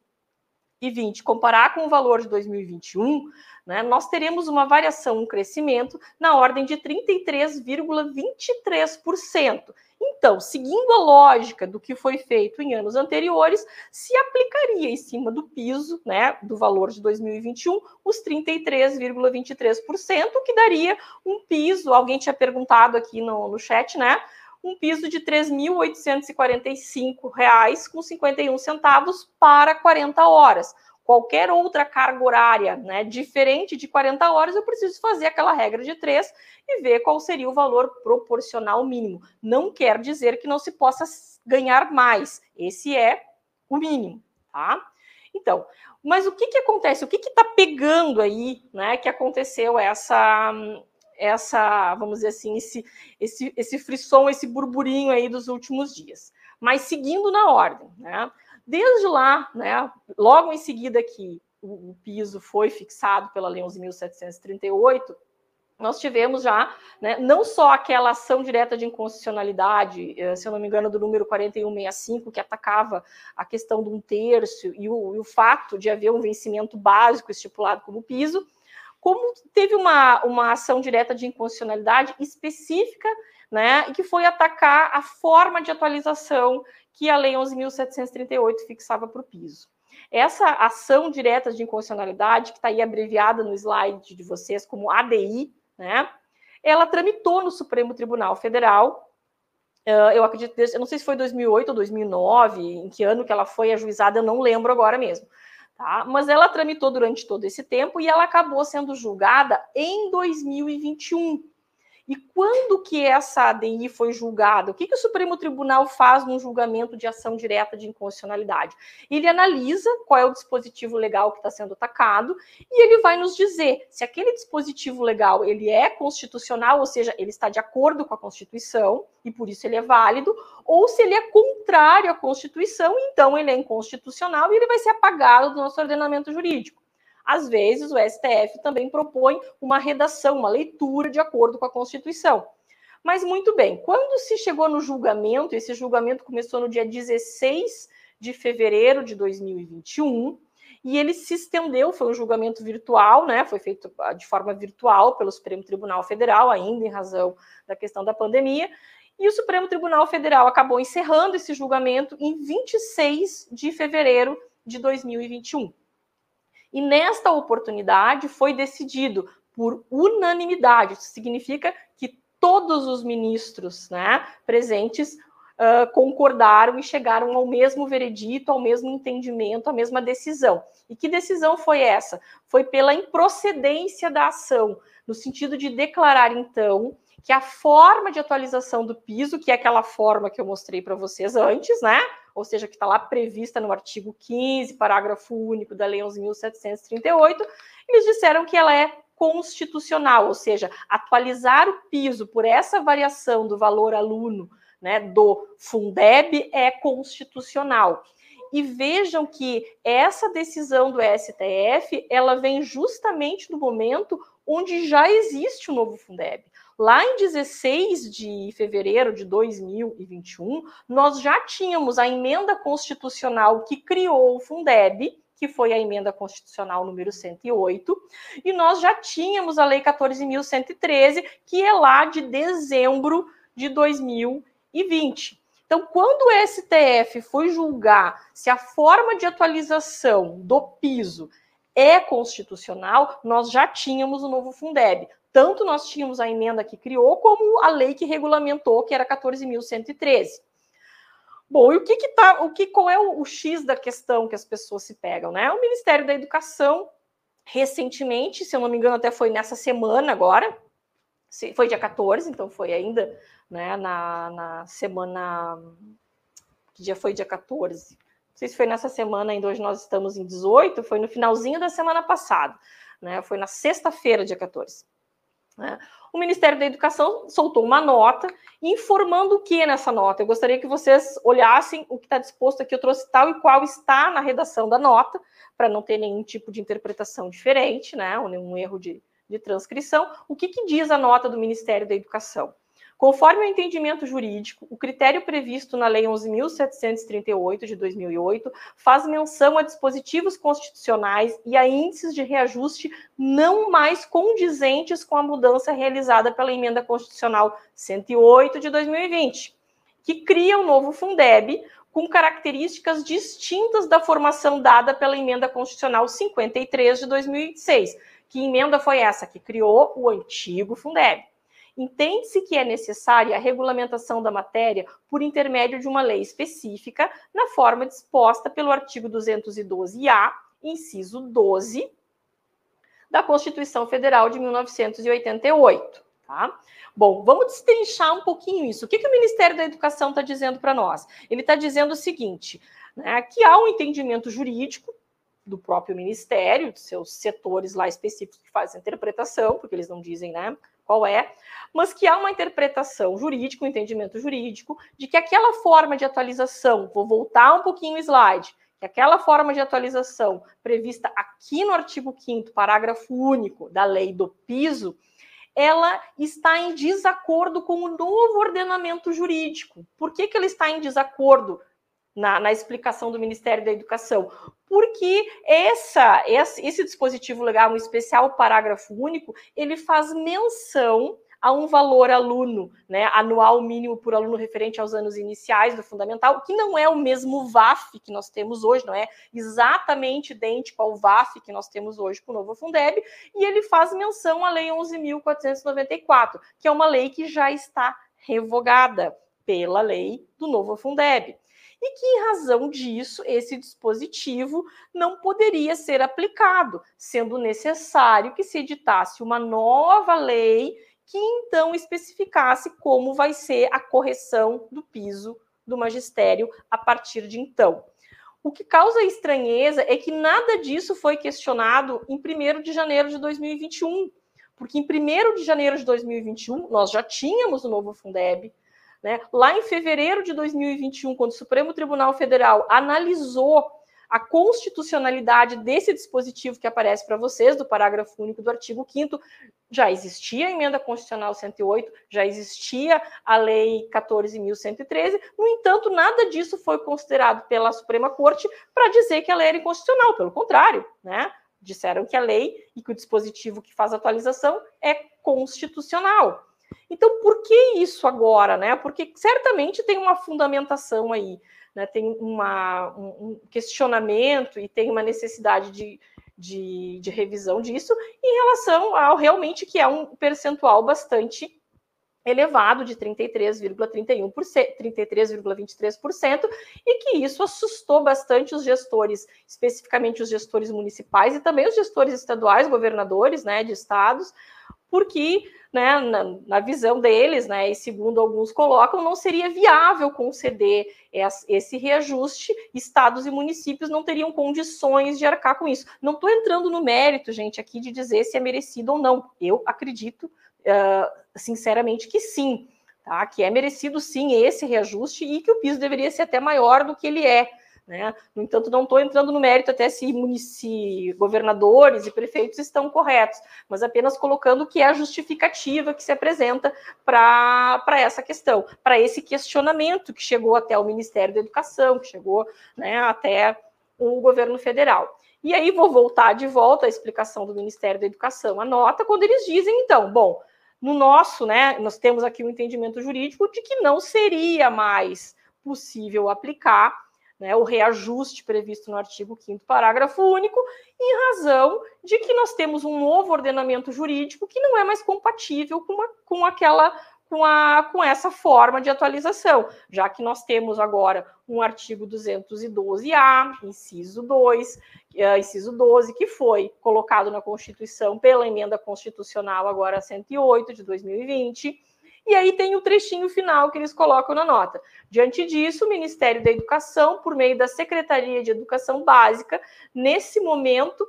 e vinte, comparar com o valor de dois mil e vinte e um, né, nós teremos uma variação, um crescimento na ordem de trinta e três vírgula vinte e três por cento. Então, seguindo a lógica do que foi feito em anos anteriores, se aplicaria em cima do piso, né, do valor de dois mil e vinte e um, os trinta e três vírgula vinte e três por cento, que daria um piso, alguém tinha perguntado aqui no, no chat, né, um piso de três mil oitocentos e quarenta e cinco reais com cinquenta e um centavos para quarenta horas. Qualquer outra carga horária, né, diferente de quarenta horas, eu preciso fazer aquela regra de três e ver qual seria o valor proporcional mínimo. Não quer dizer que não se possa ganhar mais. Esse é o mínimo, tá? Então, mas o que que acontece? O que que tá pegando aí, né, que aconteceu essa... essa, vamos dizer assim, esse, esse, esse frisson, esse burburinho aí dos últimos dias. Mas seguindo na ordem, né? Desde lá, né, logo em seguida que o, o piso foi fixado pela Lei onze mil setecentos e trinta e oito, nós tivemos já, né, não só aquela ação direta de inconstitucionalidade, se eu não me engano, do número quarenta e um sessenta e cinco, que atacava a questão de um terço e o, e o fato de haver um vencimento básico estipulado como piso, como teve uma, uma ação direta de inconstitucionalidade específica, né, e que foi atacar a forma de atualização que a Lei onze mil setecentos e trinta e oito fixava para o piso. Essa ação direta de inconstitucionalidade, que está aí abreviada no slide de vocês como A D I, né, ela tramitou no Supremo Tribunal Federal, eu acredito, eu não sei se foi dois mil e oito ou dois mil e nove, em que ano que ela foi ajuizada, eu não lembro agora mesmo. Tá? Mas ela tramitou durante todo esse tempo e ela acabou sendo julgada em dois mil e vinte e um. E quando que essa A D I foi julgada? O que, que o Supremo Tribunal faz num julgamento de ação direta de inconstitucionalidade? Ele analisa qual é o dispositivo legal que está sendo atacado e ele vai nos dizer se aquele dispositivo legal ele é constitucional, ou seja, ele está de acordo com a Constituição e por isso ele é válido, ou se ele é contrário à Constituição, então ele é inconstitucional e ele vai ser apagado do nosso ordenamento jurídico. Às vezes, o S T F também propõe uma redação, uma leitura de acordo com a Constituição. Mas, muito bem, quando se chegou no julgamento, esse julgamento começou no dia dezesseis de fevereiro de dois mil e vinte e um, e ele se estendeu, foi um julgamento virtual, né, foi feito de forma virtual pelo Supremo Tribunal Federal, ainda em razão da questão da pandemia, e o Supremo Tribunal Federal acabou encerrando esse julgamento em vinte e seis de fevereiro de dois mil e vinte e um. E nesta oportunidade foi decidido por unanimidade, isso significa que todos os ministros, né, presentes uh, concordaram e chegaram ao mesmo veredito, ao mesmo entendimento, à mesma decisão. E que decisão foi essa? Foi pela improcedência da ação, no sentido de declarar, então, que a forma de atualização do piso, que é aquela forma que eu mostrei para vocês antes, né, ou seja, que está lá prevista no artigo quinze, parágrafo único da Lei onze mil setecentos e trinta e oito, eles disseram que ela é constitucional, ou seja, atualizar o piso por essa variação do valor aluno, né, do Fundeb é constitucional. E vejam que essa decisão do S T F, ela vem justamente no momento onde já existe o novo Fundeb. Lá em dezesseis de fevereiro de dois mil e vinte e um, nós já tínhamos a emenda constitucional que criou o Fundeb, que foi a emenda constitucional número cento e oito, e nós já tínhamos a lei quatorze mil cento e treze, que é lá de dezembro de dois mil e vinte. Então, quando o S T F foi julgar se a forma de atualização do piso é constitucional, nós já tínhamos o novo Fundeb. Tanto nós tínhamos a emenda que criou, como a lei que regulamentou, que era quatorze mil cento e treze. Bom, e o que que tá, o que, qual é o, o X da questão que as pessoas se pegam, né? O Ministério da Educação, recentemente, se eu não me engano, até foi nessa semana agora, foi dia quatorze, então foi ainda, né, na, na semana, que dia foi dia quatorze? Não sei se foi nessa semana ainda, hoje nós estamos em dezoito, foi no finalzinho da semana passada, né? Foi na sexta-feira, dia quatorze. Né? O Ministério da Educação soltou uma nota informando o que nessa nota. Eu gostaria que vocês olhassem o que está disposto aqui, eu trouxe tal e qual está na redação da nota, para não ter nenhum tipo de interpretação diferente, né, ou nenhum erro de, de transcrição. O que, que diz a nota do Ministério da Educação? Conforme o entendimento jurídico, o critério previsto na Lei onze mil setecentos e trinta e oito, de dois mil e oito, faz menção a dispositivos constitucionais e a índices de reajuste não mais condizentes com a mudança realizada pela Emenda Constitucional cento e oito, de dois mil e vinte, que cria o novo Fundeb com características distintas da formação dada pela Emenda Constitucional cinquenta e três, de dois mil e seis. Que emenda foi essa? Que criou o antigo Fundeb. Entende-se que é necessária a regulamentação da matéria por intermédio de uma lei específica, na forma disposta pelo artigo duzentos e doze A, inciso doze, da Constituição Federal de mil novecentos e oitenta e oito. Tá? Bom, vamos destrinchar um pouquinho isso. O que, que o Ministério da Educação está dizendo para nós? Ele está dizendo o seguinte, né, que há um entendimento jurídico do próprio Ministério, dos seus setores lá específicos que fazem a interpretação, porque eles não dizem, né, qual é, mas que há uma interpretação jurídica, um entendimento jurídico, de que aquela forma de atualização, vou voltar um pouquinho o slide, que aquela forma de atualização prevista aqui no artigo quinto, parágrafo único da lei do piso, ela está em desacordo com o novo ordenamento jurídico. Por que que ela está em desacordo na, na explicação do Ministério da Educação? Porque essa, esse, esse dispositivo legal, um especial parágrafo único, ele faz menção a um valor aluno, né, anual mínimo por aluno referente aos anos iniciais do fundamental, que não é o mesmo V A F que nós temos hoje, não é exatamente idêntico ao V A F que nós temos hoje com o novo Fundeb, e ele faz menção à Lei onze mil quatrocentos e noventa e quatro, que é uma lei que já está revogada pela lei do novo Fundeb. E que, em razão disso, esse dispositivo não poderia ser aplicado, sendo necessário que se editasse uma nova lei que, então, especificasse como vai ser a correção do piso do magistério a partir de então. O que causa estranheza é que nada disso foi questionado em primeiro de janeiro de dois mil e vinte e um, porque em primeiro de janeiro de dois mil e vinte e um nós já tínhamos o novo Fundeb. Né? Lá em fevereiro de dois mil e vinte e um, quando o Supremo Tribunal Federal analisou a constitucionalidade desse dispositivo que aparece para vocês, do parágrafo único do artigo quinto, já existia a Emenda Constitucional cento e oito, já existia a Lei quatorze mil cento e treze, no entanto, nada disso foi considerado pela Suprema Corte para dizer que a lei era inconstitucional, pelo contrário, né? Disseram que a lei e que o dispositivo que faz a atualização é constitucional. Então, por que isso agora, né? Porque certamente tem uma fundamentação aí, né? Tem uma, um questionamento e tem uma necessidade de, de, de revisão disso em relação ao realmente que é um percentual bastante elevado de trinta e três vírgula trinta e um por cento, trinta e três vírgula vinte e três por cento, e que isso assustou bastante os gestores, especificamente os gestores municipais e também os gestores estaduais, governadores, né, de estados, porque, né, na, na visão deles, né, e segundo alguns colocam, não seria viável conceder esse reajuste, estados e municípios não teriam condições de arcar com isso. Não estou entrando no mérito, gente, aqui de dizer se é merecido ou não. Eu acredito, uh, sinceramente, que sim. tá? Que é merecido sim esse reajuste e que o piso deveria ser até maior do que ele é, né? No entanto, não estou entrando no mérito até se, se governadores e prefeitos estão corretos, mas apenas colocando que é a justificativa que se apresenta para essa questão, para esse questionamento que chegou até o Ministério da Educação, que chegou, né, até o governo federal. E aí vou voltar de volta à explicação do Ministério da Educação, a nota, quando eles dizem, então, bom, no nosso, né, nós temos aqui um entendimento jurídico de que não seria mais possível aplicar, né, o reajuste previsto no artigo quinto, parágrafo único, em razão de que nós temos um novo ordenamento jurídico que não é mais compatível com, uma, com aquela... Com, a, com essa forma de atualização, já que nós temos agora um artigo duzentos e doze A, inciso dois, uh, inciso doze, que foi colocado na Constituição pela emenda constitucional agora cento e oito de dois mil e vinte, e aí tem o trechinho final que eles colocam na nota. Diante disso, o Ministério da Educação, por meio da Secretaria de Educação Básica, nesse momento,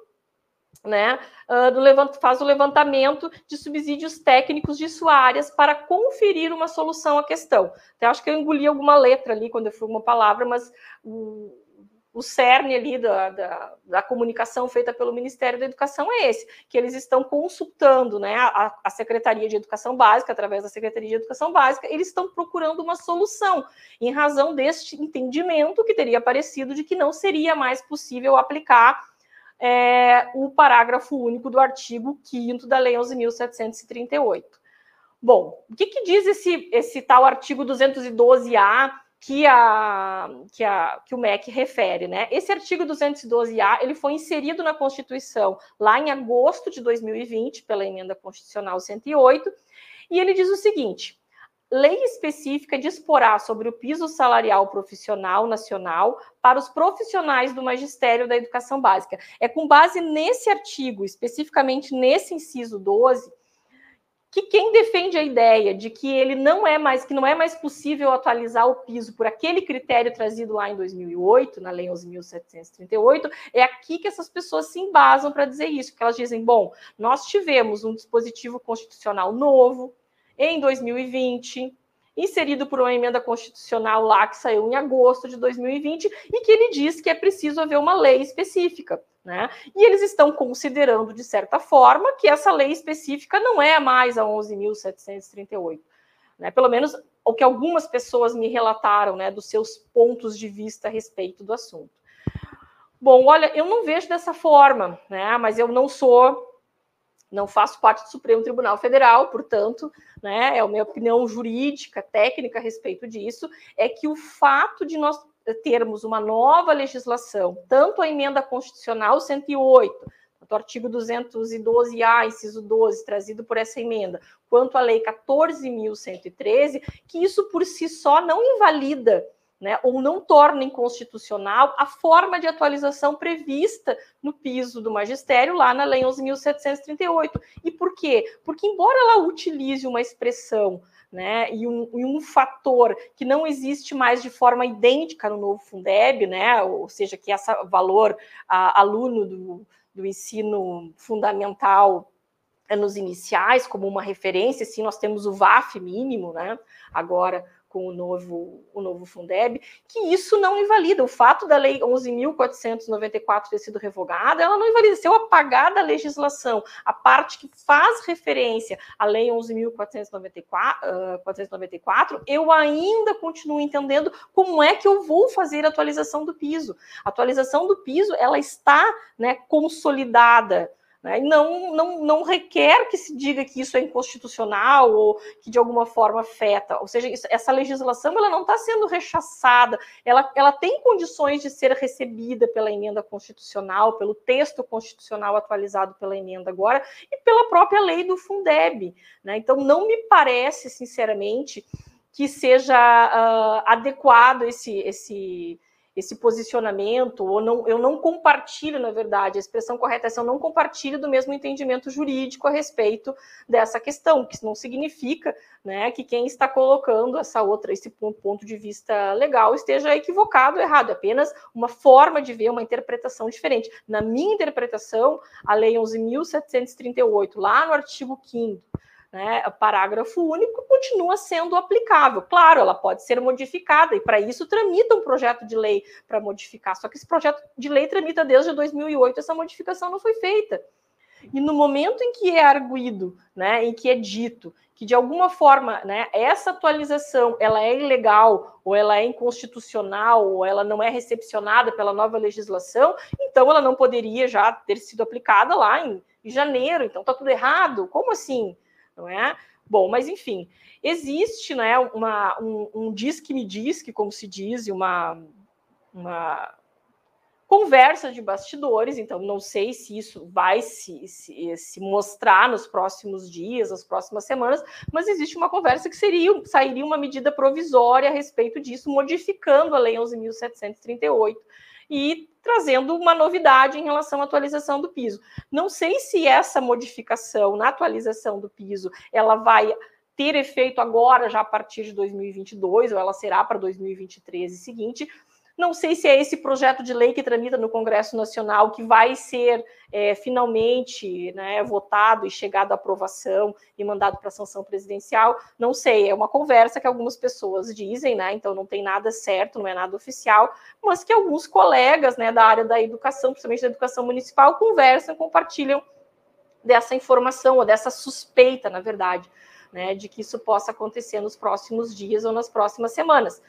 né, uh, faz o levantamento de subsídios técnicos de suas áreas para conferir uma solução à questão. Até acho que eu engoli alguma letra ali quando eu fui uma palavra, mas o, o cerne ali da, da, da comunicação feita pelo Ministério da Educação é esse, que eles estão consultando, né, a, a Secretaria de Educação Básica, através da Secretaria de Educação Básica, eles estão procurando uma solução, em razão deste entendimento que teria aparecido de que não seria mais possível aplicar É, o parágrafo único do artigo quinto da Lei onze mil setecentos e trinta e oito. Bom, o que, que diz esse, esse tal artigo duzentos e doze A que, a, que, a, que o M E C refere, né? Esse artigo duzentos e doze A ele foi inserido na Constituição lá em agosto de dois mil e vinte, pela emenda constitucional cento e oito, e ele diz o seguinte: lei específica disporá sobre o piso salarial profissional nacional para os profissionais do magistério da educação básica. É com base nesse artigo, especificamente nesse inciso doze, que quem defende a ideia de que ele não é mais, que não é mais possível atualizar o piso por aquele critério trazido lá em dois mil e oito, na Lei onze mil setecentos e trinta e oito, é aqui que essas pessoas se embasam para dizer isso, porque elas dizem, bom, nós tivemos um dispositivo constitucional novo, em dois mil e vinte, inserido por uma emenda constitucional lá que saiu em agosto de dois mil e vinte, e que ele diz que é preciso haver uma lei específica, né? E eles estão considerando, de certa forma, que essa lei específica não é mais a onze mil setecentos e trinta e oito, né? Pelo menos o que algumas pessoas me relataram, né, dos seus pontos de vista a respeito do assunto. Bom, olha, eu não vejo dessa forma, né? Mas eu não sou... não faço parte do Supremo Tribunal Federal, portanto, né, é a minha opinião jurídica, técnica a respeito disso, é que o fato de nós termos uma nova legislação, tanto a emenda constitucional cento e oito, tanto o artigo duzentos e doze A, inciso doze, trazido por essa emenda, quanto a lei quatorze mil cento e treze, que isso por si só não invalida, né, ou não torna inconstitucional a forma de atualização prevista no piso do magistério lá na Lei onze mil setecentos e trinta e oito. E por quê? Porque, embora ela utilize uma expressão, né, e, um, e um fator que não existe mais de forma idêntica no novo Fundeb, né, ou seja, que esse valor a, aluno do, do ensino fundamental nos iniciais, como uma referência, sim, nós temos o V A F mínimo, né, agora com o novo, o novo Fundeb, que isso não invalida. O fato da Lei onze mil quatrocentos e noventa e quatro ter sido revogada, ela não invalida. Se eu apagar da legislação a parte que faz referência à Lei onze mil quatrocentos e noventa e quatro, eu ainda continuo entendendo como é que eu vou fazer a atualização do piso. A atualização do piso, ela está, né, consolidada, né? E não, não, não requer que se diga que isso é inconstitucional ou que de alguma forma afeta. Ou seja, isso, essa legislação ela não está sendo rechaçada, ela, ela tem condições de ser recebida pela emenda constitucional, pelo texto constitucional atualizado pela emenda agora e pela própria lei do Fundeb, né? Então, não me parece, sinceramente, que seja uh, adequado esse... esse esse posicionamento, ou não, eu não compartilho, na verdade, a expressão correta é essa, eu não compartilho do mesmo entendimento jurídico a respeito dessa questão, que isso não significa, né, que quem está colocando essa outra, esse ponto de vista legal esteja equivocado ou errado, é apenas uma forma de ver, uma interpretação diferente. Na minha interpretação, a Lei onze mil setecentos e trinta e oito, lá no artigo quinto, né, parágrafo único, continua sendo aplicável. Claro, ela pode ser modificada, e para isso tramita um projeto de lei para modificar, só que esse projeto de lei tramita desde dois mil e oito, essa modificação não foi feita. E no momento em que é arguido, né, em que é dito que, de alguma forma, né, essa atualização ela é ilegal, ou ela é inconstitucional, ou ela não é recepcionada pela nova legislação, então ela não poderia já ter sido aplicada lá em, em janeiro. Então está tudo errado? Como assim? Não é? Bom, mas enfim, existe, né, uma, um, um diz que me diz, que como se diz, uma... uma conversa de bastidores, então não sei se isso vai se, se, se mostrar nos próximos dias, nas próximas semanas, mas existe uma conversa que seria, sairia uma medida provisória a respeito disso, modificando a Lei onze mil setecentos e trinta e oito e trazendo uma novidade em relação à atualização do piso. Não sei se essa modificação na atualização do piso, ela vai ter efeito agora, já a partir de dois mil e vinte e dois, ou ela será para dois mil e vinte e três e seguinte. Não sei se é esse projeto de lei que tramita no Congresso Nacional que vai ser é, finalmente, né, votado e chegado à aprovação e mandado para a sanção presidencial. Não sei, é uma conversa que algumas pessoas dizem, né, então não tem nada certo, não é nada oficial, mas que alguns colegas, né, da área da educação, principalmente da educação municipal, conversam, compartilham dessa informação, ou dessa suspeita, na verdade, né, de que isso possa acontecer nos próximos dias ou nas próximas semanas.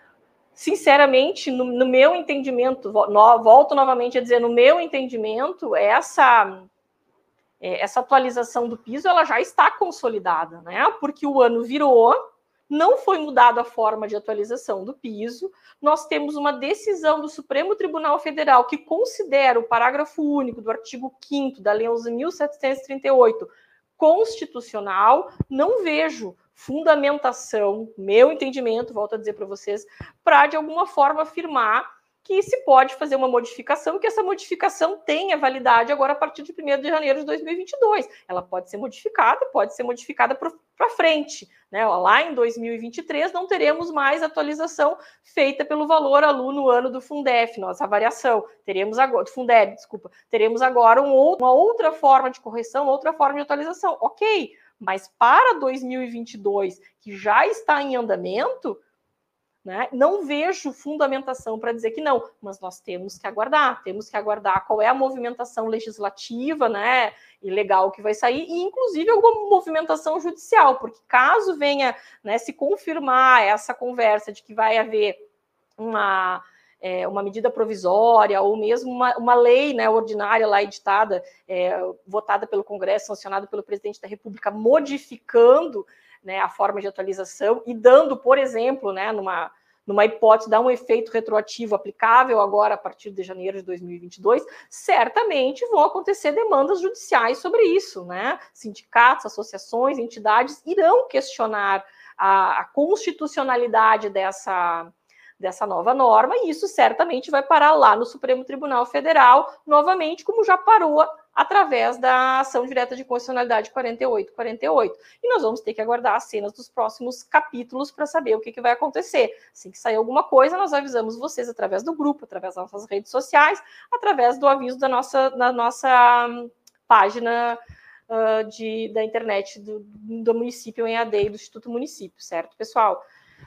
Sinceramente, no, no meu entendimento, no, volto novamente a dizer, no meu entendimento, essa, essa atualização do piso ela já está consolidada, né? Porque o ano virou, não foi mudada a forma de atualização do piso, nós temos uma decisão do Supremo Tribunal Federal que considera o parágrafo único do artigo quinto da Lei onze mil setecentos e trinta e oito constitucional, não vejo fundamentação, meu entendimento, volto a dizer para vocês, para de alguma forma afirmar que se pode fazer uma modificação, que essa modificação tenha validade agora a partir de primeiro de janeiro de dois mil e vinte e dois. Ela pode ser modificada, pode ser modificada para frente, né? Lá em dois mil e vinte e três não teremos mais atualização feita pelo valor aluno ano do Fundef, nossa variação. Teremos agora, do Fundeb, desculpa, teremos agora um outro, uma outra forma de correção, outra forma de atualização. Ok, mas para dois mil e vinte e dois, que já está em andamento, né, não vejo fundamentação para dizer que não, mas nós temos que aguardar, temos que aguardar qual é a movimentação legislativa, né, e legal que vai sair, e inclusive alguma movimentação judicial, porque caso venha, né, se confirmar essa conversa de que vai haver uma... É, uma medida provisória ou mesmo uma, uma lei, né, ordinária lá editada, é, votada pelo Congresso, sancionada pelo presidente da República, modificando, né, a forma de atualização e dando, por exemplo, né, numa, numa hipótese, dar um efeito retroativo aplicável agora a partir de janeiro de dois mil e vinte e dois, certamente vão acontecer demandas judiciais sobre isso, né? Sindicatos, associações, entidades irão questionar a, a constitucionalidade dessa... dessa nova norma, e isso certamente vai parar lá no Supremo Tribunal Federal, novamente, como já parou através da ação direta de constitucionalidade quarenta e oito quarenta e oito. E nós vamos ter que aguardar as cenas dos próximos capítulos para saber o que, que vai acontecer. Assim que sair alguma coisa, nós avisamos vocês através do grupo, através das nossas redes sociais, através do aviso da nossa, da nossa página uh, de, da internet do, do município em A D e do Instituto Município, certo, pessoal?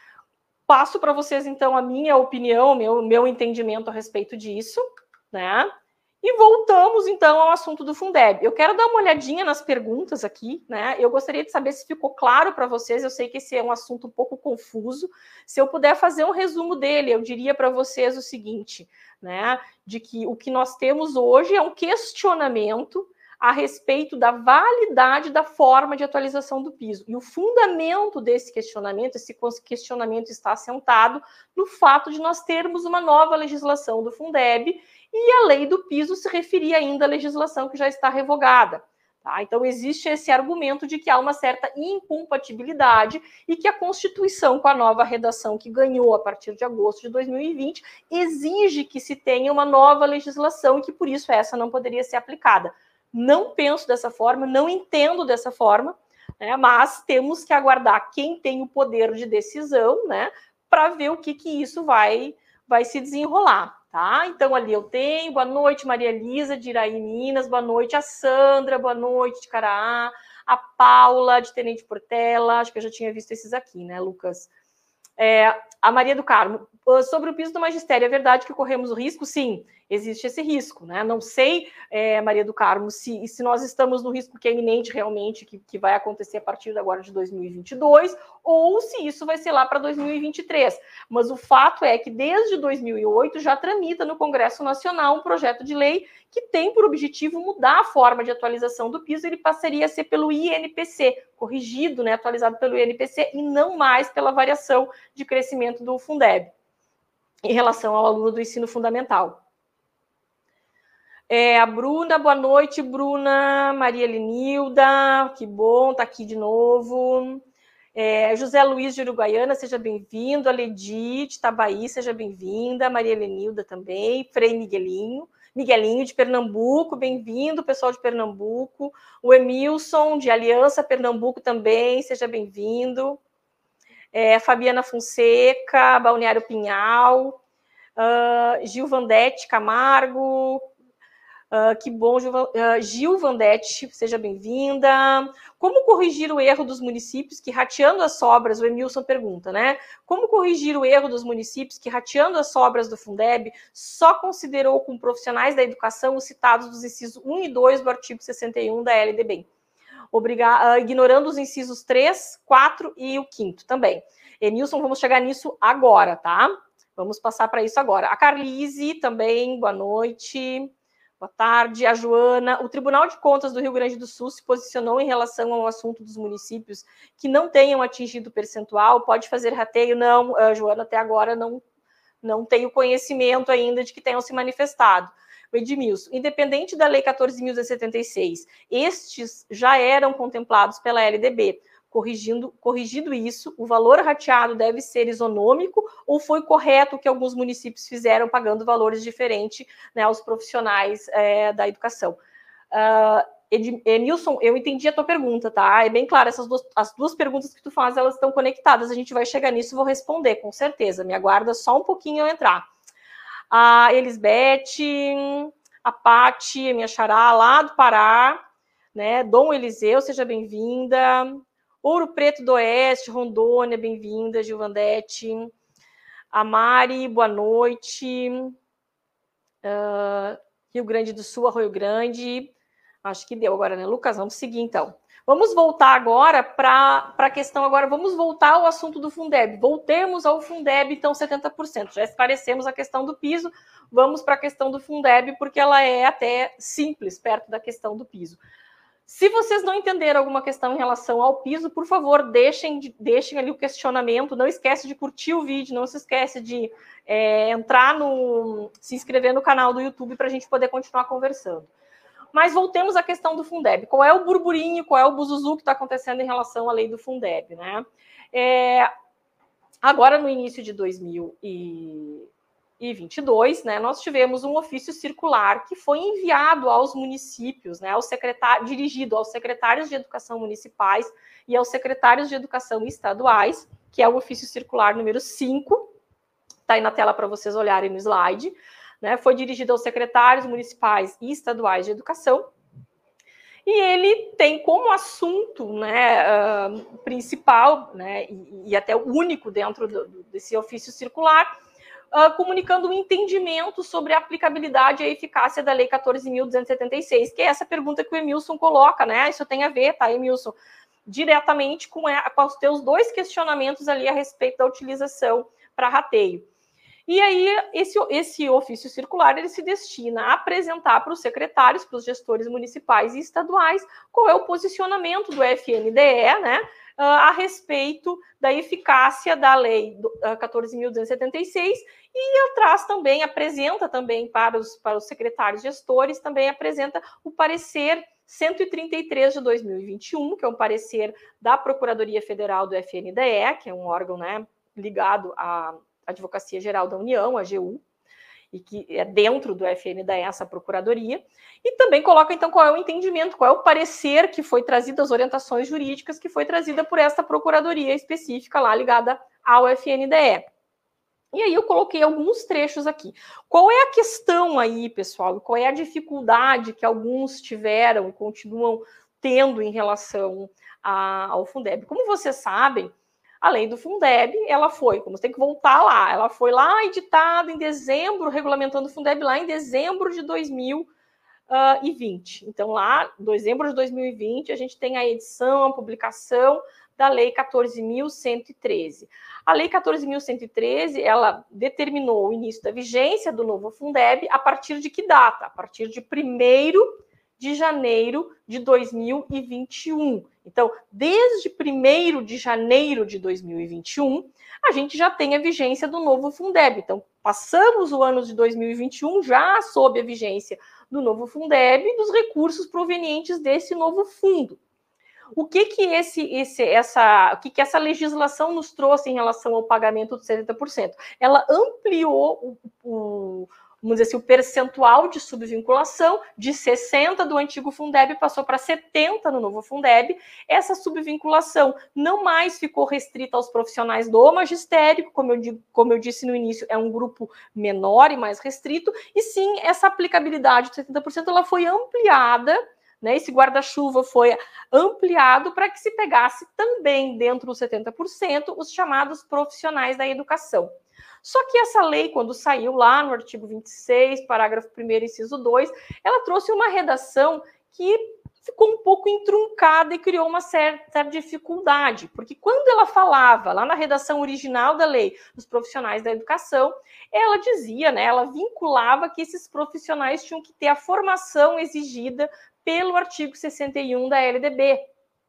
Passo para vocês, então, a minha opinião, o meu, meu entendimento a respeito disso, né? E voltamos, então, ao assunto do Fundeb. Eu quero dar uma olhadinha nas perguntas aqui, né? Eu gostaria de saber se ficou claro para vocês. Eu sei que esse é um assunto um pouco confuso. Se eu puder fazer um resumo dele, eu diria para vocês o seguinte, né? De que o que nós temos hoje é um questionamento a respeito da validade da forma de atualização do piso. E o fundamento desse questionamento, esse questionamento está assentado no fato de nós termos uma nova legislação do Fundeb e a lei do piso se referia ainda à legislação que já está revogada. Tá? Então, existe esse argumento de que há uma certa incompatibilidade e que a Constituição, com a nova redação que ganhou a partir de agosto de dois mil e vinte, exige que se tenha uma nova legislação e que, por isso, essa não poderia ser aplicada. Não penso dessa forma, não entendo dessa forma, né, mas temos que aguardar quem tem o poder de decisão, né, para ver o que, que isso vai, vai se desenrolar, tá? Então, ali eu tenho, boa noite, Maria Elisa, de Iraí, Minas, boa noite, a Sandra, boa noite, de Caraá, a Paula, de Tenente Portela, acho que eu já tinha visto esses aqui, né, Lucas? É, a Maria do Carmo, sobre o piso do magistério, é verdade que corremos o risco? Sim, existe esse risco, né? Não sei, é, Maria do Carmo, se, se nós estamos no risco que é iminente realmente, que, que vai acontecer a partir de agora de dois mil e vinte e dois, ou se isso vai ser lá para dois mil e vinte e três. Mas o fato é que desde dois mil e oito já tramita no Congresso Nacional um projeto de lei que tem por objetivo mudar a forma de atualização do piso, ele passaria a ser pelo I N P C, corrigido, né, atualizado pelo I N P C, e não mais pela variação de crescimento do Fundeb, em relação ao aluno do ensino fundamental. É, a Bruna, boa noite, Bruna. Maria Lenilda, que bom, tá aqui de novo. É, José Luiz de Uruguaiana, seja bem-vindo. A Ledi de Itabaí, seja bem-vinda. Maria Lenilda também. Frei Miguelinho. Miguelinho de Pernambuco, bem-vindo, pessoal de Pernambuco. O Emilson, de Aliança Pernambuco também, seja bem-vindo. É, Fabiana Fonseca, Balneário Pinhal. Uh, Gil Vandete Camargo. Uh, que bom, Gil, uh, Gil Vandete, seja bem-vinda. Como corrigir o erro dos municípios que, rateando as sobras, o Emilson pergunta, né? Como corrigir o erro dos municípios que, rateando as sobras do Fundeb, só considerou como profissionais da educação os citados dos incisos um e dois do artigo sessenta e um da L D B, Obriga uh, ignorando os incisos três, quatro e o quinto também. Emilson, vamos chegar nisso agora, tá? Vamos passar para isso agora. A Carlise também, boa noite. Boa tarde. A Joana, o Tribunal de Contas do Rio Grande do Sul se posicionou em relação ao assunto dos municípios que não tenham atingido o percentual, pode fazer rateio? Não, a Joana, até agora não, não tenho conhecimento ainda de que tenham se manifestado. O Edmilson, independente da Lei quatorze mil duzentos e setenta e seis, estes já eram contemplados pela L D B. Corrigindo, corrigido isso, o valor rateado deve ser isonômico ou foi correto o que alguns municípios fizeram pagando valores diferentes, né, aos profissionais é, da educação? Uh, Ed, Emilson, eu entendi a tua pergunta, tá? É bem claro, essas duas, as duas perguntas que tu faz, elas estão conectadas, a gente vai chegar nisso e vou responder, com certeza. Me aguarda só um pouquinho eu entrar. A Elisbeth, a Pati, a minha xará, lá do Pará, né? Dom Eliseu, seja bem-vinda. Ouro Preto do Oeste, Rondônia, bem-vinda, Gilvandete. A Mari, boa noite. Uh, Rio Grande do Sul, Arroio Grande. Acho que deu agora, né, Lucas? Vamos seguir, então. Vamos voltar agora para a questão agora, vamos voltar ao assunto do Fundeb. Voltemos ao Fundeb, então, setenta por cento. Já esclarecemos a questão do piso, vamos para a questão do Fundeb, porque ela é até simples, perto da questão do piso. Se vocês não entenderam alguma questão em relação ao piso, por favor, deixem, deixem ali o questionamento, não esquece de curtir o vídeo, não se esquece de é, entrar no... se inscrever no canal do YouTube para a gente poder continuar conversando. Mas voltemos à questão do Fundeb. Qual é o burburinho, qual é o buzuzu que está acontecendo em relação à lei do Fundeb, né? É, agora, no início de dois mil e vinte e dois, né, nós tivemos um ofício circular que foi enviado aos municípios, né, ao secretário, dirigido aos secretários de educação municipais e aos secretários de educação estaduais, que é o ofício circular número cinco, está aí na tela para vocês olharem no slide, né, foi dirigido aos secretários municipais e estaduais de educação, e ele tem como assunto, né, uh, principal, né, e, e até o único dentro do, desse ofício circular, Uh, comunicando um entendimento sobre a aplicabilidade e a eficácia da Lei quatorze mil duzentos e setenta e seis, que é essa pergunta que o Emilson coloca, né? Isso tem a ver, tá, Emilson? Diretamente com, a, com os teus dois questionamentos ali a respeito da utilização para rateio. E aí, esse, esse ofício circular, ele se destina a apresentar para os secretários, para os gestores municipais e estaduais, qual é o posicionamento do F N D E, né? Uh, a respeito da eficácia da Lei uh, quatorze mil duzentos e setenta e seis e atrás também apresenta também para os, para os secretários gestores, também apresenta o parecer cento e trinta e três de dois mil e vinte e um, que é um parecer da Procuradoria Federal do F N D E, que é um órgão, né, ligado à Advocacia Geral da União, a A G U, e que é dentro do F N D E essa procuradoria, e também coloca, então, qual é o entendimento, qual é o parecer que foi trazido, as orientações jurídicas que foi trazida por esta procuradoria específica lá ligada ao F N D E. E aí eu coloquei alguns trechos aqui. Qual é a questão aí, pessoal? Qual é a dificuldade que alguns tiveram e continuam tendo em relação a, ao Fundeb. Como vocês sabem, a lei do Fundeb, ela foi, como você tem que voltar lá, ela foi lá editada em dezembro, regulamentando o Fundeb lá em dezembro de dois mil e vinte. Então, lá, em dezembro de dois mil e vinte, a gente tem a edição, a publicação da Lei quatorze mil cento e treze. A Lei quatorze mil cento e treze, ela determinou o início da vigência do novo Fundeb a partir de que data? A partir de primeiro de janeiro de dois mil e vinte e um. Então, desde primeiro de janeiro de dois mil e vinte e um, a gente já tem a vigência do novo Fundeb. Então, passamos o ano de dois mil e vinte e um já sob a vigência do novo Fundeb e dos recursos provenientes desse novo fundo. O que que, esse, esse, essa, o que que essa legislação nos trouxe em relação ao pagamento de setenta por cento? Ela ampliou o, o, vamos dizer assim, o percentual de subvinculação de sessenta do antigo Fundeb passou para setenta no novo Fundeb. Essa subvinculação não mais ficou restrita aos profissionais do magistério, como eu, digo, como eu disse no início, é um grupo menor e mais restrito, e sim, essa aplicabilidade de setenta por cento ela foi ampliada. Né, esse guarda-chuva foi ampliado para que se pegasse também dentro dos setenta por cento os chamados profissionais da educação. Só que essa lei, quando saiu lá no artigo vinte e seis, parágrafo primeiro, inciso dois, ela trouxe uma redação que ficou um pouco entroncada e criou uma certa dificuldade, porque quando ela falava, lá na redação original da lei, dos profissionais da educação, ela dizia, né, ela vinculava que esses profissionais tinham que ter a formação exigida pelo artigo sessenta e um da L D B.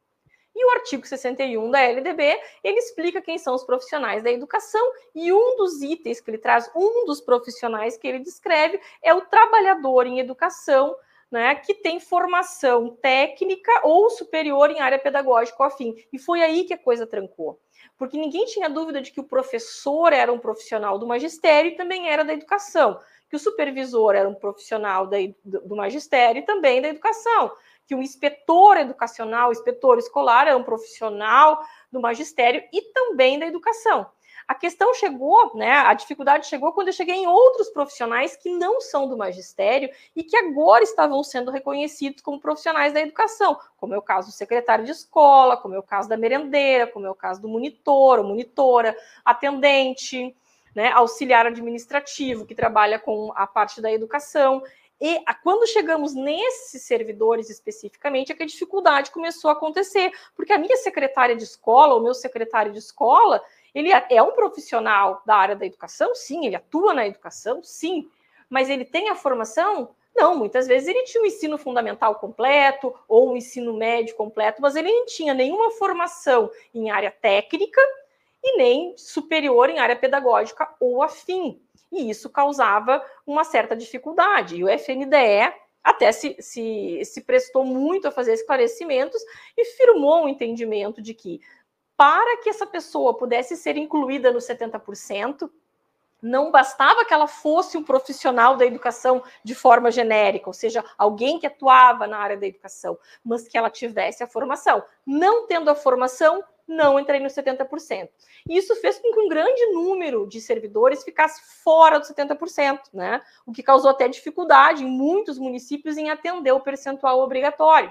E o artigo sessenta e um da L D B, ele explica quem são os profissionais da educação, e um dos itens que ele traz, um dos profissionais que ele descreve, é o trabalhador em educação, né, que tem formação técnica ou superior em área pedagógica ou afim. E foi aí que a coisa trancou. Porque ninguém tinha dúvida de que o professor era um profissional do magistério e também era da educação, que o supervisor era um profissional da, do magistério e também da educação, que o inspetor educacional, o inspetor escolar, era um profissional do magistério e também da educação. A questão chegou, né, a dificuldade chegou quando eu cheguei em outros profissionais que não são do magistério e que agora estavam sendo reconhecidos como profissionais da educação, como é o caso do secretário de escola, como é o caso da merendeira, como é o caso do monitor ou monitora, atendente, né, auxiliar administrativo, que trabalha com a parte da educação. E quando chegamos nesses servidores especificamente, é que a dificuldade começou a acontecer, porque a minha secretária de escola, o meu secretário de escola, ele é um profissional da área da educação, sim, ele atua na educação, sim, mas ele tem a formação? Não, muitas vezes ele tinha um ensino fundamental completo ou um ensino médio completo, mas ele não tinha nenhuma formação em área técnica e nem superior em área pedagógica ou afim. E isso causava uma certa dificuldade. E o F N D E até se, se, se prestou muito a fazer esclarecimentos e firmou um entendimento de que, para que essa pessoa pudesse ser incluída no setenta por cento, não bastava que ela fosse um profissional da educação de forma genérica, ou seja, alguém que atuava na área da educação, mas que ela tivesse a formação. Não tendo a formação, não entrei no setenta por cento. E isso fez com que um grande número de servidores ficasse fora dos setenta por cento, né? O que causou até dificuldade em muitos municípios em atender o percentual obrigatório.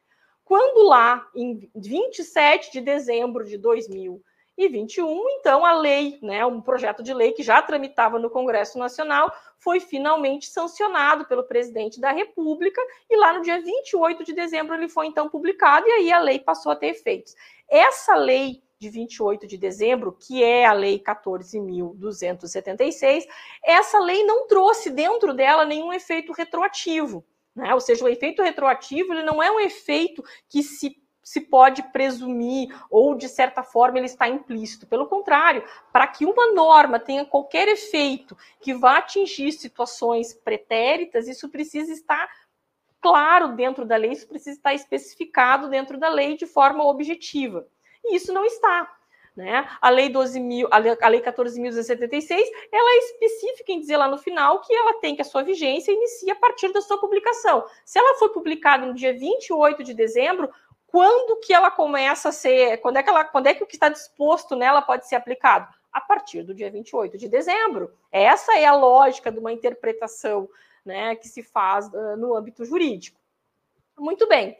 Quando lá, em vinte e sete de dezembro de dois mil e vinte e um, então a lei, né, um projeto de lei que já tramitava no Congresso Nacional, foi finalmente sancionado pelo presidente da República, e lá no dia vinte e oito de dezembro ele foi então publicado, e aí a lei passou a ter efeitos. Essa lei de vinte e oito de dezembro, que é a Lei quatorze mil duzentos e setenta e seis, essa lei não trouxe dentro dela nenhum efeito retroativo, né? Ou seja, o efeito retroativo ele não é um efeito que se se pode presumir ou, de certa forma, ele está implícito. Pelo contrário, para que uma norma tenha qualquer efeito que vá atingir situações pretéritas, isso precisa estar claro dentro da lei, isso precisa estar especificado dentro da lei de forma objetiva. E isso não está. Né? A lei doze mil, a lei quatorze mil duzentos e setenta e seis, ela é específica em dizer lá no final que ela tem que a sua vigência inicia a partir da sua publicação. Se ela foi publicada no dia vinte e oito de dezembro, quando que ela começa a ser, quando é que, ela, quando é que o que está disposto nela pode ser aplicado? A partir do dia vinte e oito de dezembro. Essa é a lógica de uma interpretação, né, que se faz uh, no âmbito jurídico. Muito bem.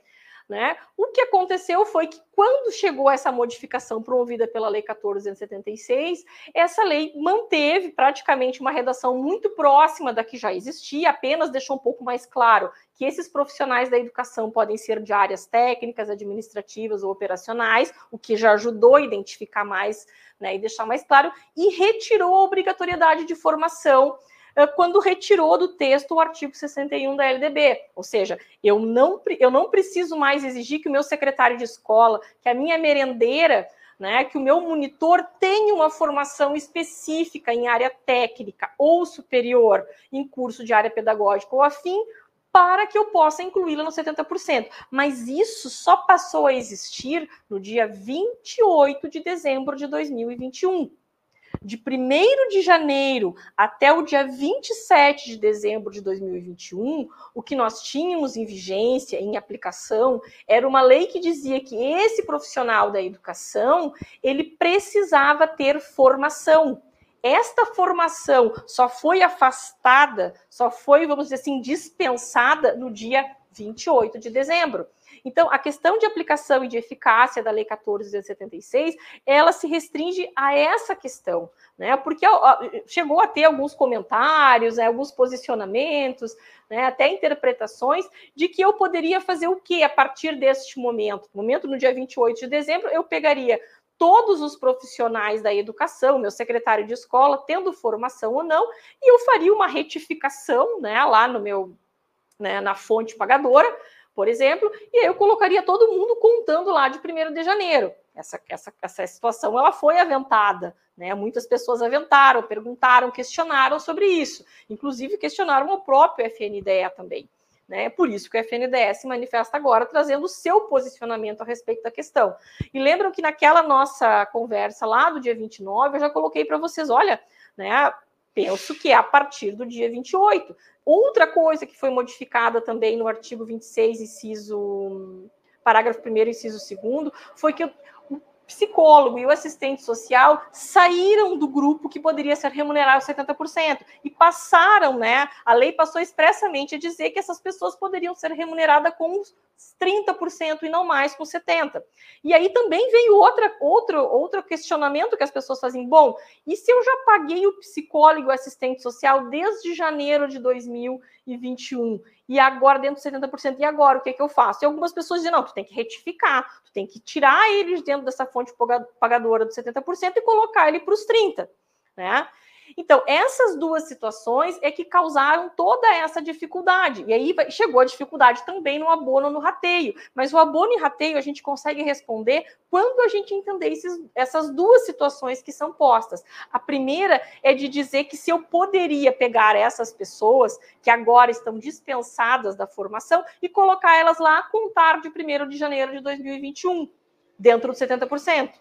né? O que aconteceu foi que, quando chegou essa modificação promovida pela Lei quatorze setenta e seis, essa lei manteve praticamente uma redação muito próxima da que já existia, apenas deixou um pouco mais claro que esses profissionais da educação podem ser de áreas técnicas, administrativas ou operacionais, o que já ajudou a identificar mais, né, e deixar mais claro, e retirou a obrigatoriedade de formação quando retirou do texto o artigo sessenta e um da L D B, ou seja, eu não, eu não preciso mais exigir que o meu secretário de escola, que a minha merendeira, né, que o meu monitor tenha uma formação específica em área técnica ou superior, em curso de área pedagógica ou afim, para que eu possa incluí-la no setenta por cento. Mas isso só passou a existir no dia vinte e oito de dezembro de dois mil e vinte e um. De primeiro de janeiro até o dia vinte e sete de dezembro de dois mil e vinte e um, o que nós tínhamos em vigência, em aplicação, era uma lei que dizia que esse profissional da educação, ele precisava ter formação. Esta formação só foi afastada, só foi, vamos dizer assim, dispensada no dia vinte e oito de dezembro. Então, a questão de aplicação e de eficácia da Lei quatorze setenta e seis, ela se restringe a essa questão, né? Porque chegou a ter alguns comentários, né, alguns posicionamentos, né, até interpretações de que eu poderia fazer o quê a partir deste momento? No momento, no dia vinte e oito de dezembro, eu pegaria todos os profissionais da educação, meu secretário de escola, tendo formação ou não, e eu faria uma retificação, né, lá no meu, né, na fonte pagadora, por exemplo, e aí eu colocaria todo mundo contando lá de primeiro de janeiro. Essa, essa, essa situação ela foi aventada, né? Muitas pessoas aventaram, perguntaram, questionaram sobre isso, inclusive questionaram o próprio F N D E também. Né? Por isso que o F N D E se manifesta agora, trazendo o seu posicionamento a respeito da questão. E lembram que naquela nossa conversa lá do dia vinte e nove, eu já coloquei para vocês, olha, né, penso que é a partir do dia vinte e oito. Outra coisa que foi modificada também no artigo vinte e seis, inciso, parágrafo primeiro, inciso segundo, foi que o psicólogo e o assistente social saíram do grupo que poderia ser remunerado setenta por cento e passaram, né, a lei passou expressamente a dizer que essas pessoas poderiam ser remuneradas com trinta por cento e não mais com setenta por cento. E aí também veio outra, outro, outro questionamento que as pessoas fazem, bom, e se eu já paguei o psicólogo e o assistente social desde janeiro de dois mil e vinte e um, e agora dentro dos setenta por cento, e agora o que é que eu faço? E algumas pessoas dizem, não, tu tem que retificar, tu tem que tirar eles dentro dessa fonte pagadora dos setenta por cento e colocar ele para os trinta por cento, né? Então, essas duas situações é que causaram toda essa dificuldade. E aí chegou a dificuldade também no abono no rateio. Mas o abono e rateio a gente consegue responder quando a gente entender esses, essas duas situações que são postas. A primeira é de dizer que se eu poderia pegar essas pessoas que agora estão dispensadas da formação e colocar elas lá a contar de primeiro de janeiro de dois mil e vinte e um, dentro dos setenta por cento.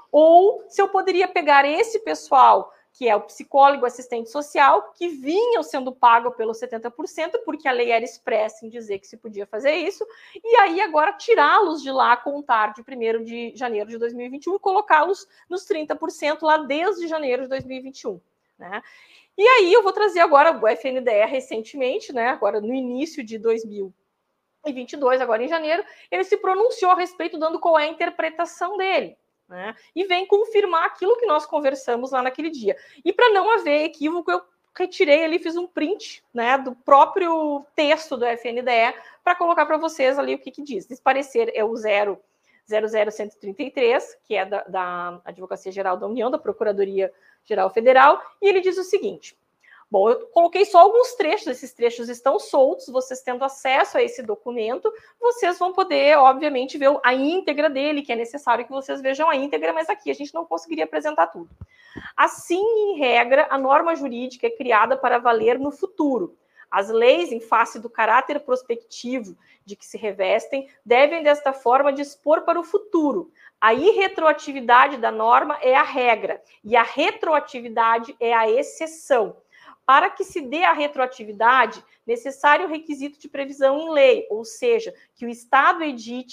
Ou se eu poderia pegar esse pessoal, que é o psicólogo, assistente social, que vinham sendo pago pelo setenta por cento, porque a lei era expressa em dizer que se podia fazer isso, e aí agora tirá-los de lá a contar de primeiro de janeiro de dois mil e vinte e um e colocá-los nos trinta por cento lá desde janeiro de dois mil e vinte e um. Né? E aí eu vou trazer agora o F N D E recentemente, né, agora no início de dois mil e vinte e dois, agora em janeiro, ele se pronunciou a respeito, dando qual é a interpretação dele. Né? E vem confirmar aquilo que nós conversamos lá naquele dia. E para não haver equívoco, eu retirei ali, fiz um print, né, do próprio texto do F N D E para colocar para vocês ali o que, que diz. Esse parecer é o zero zero cento e trinta e três, que é da, da Advocacia Geral da União, da Procuradoria Geral Federal, e ele diz o seguinte. Bom, eu coloquei só alguns trechos, esses trechos estão soltos, vocês tendo acesso a esse documento, vocês vão poder, obviamente, ver a íntegra dele, que é necessário que vocês vejam a íntegra, mas aqui a gente não conseguiria apresentar tudo. Assim, em regra, a norma jurídica é criada para valer no futuro. As leis, em face do caráter prospectivo de que se revestem, devem, desta forma, dispor para o futuro. A irretroatividade da norma é a regra, e a retroatividade é a exceção. Para que se dê a retroatividade, necessário o requisito de previsão em lei, ou seja, que o Estado edite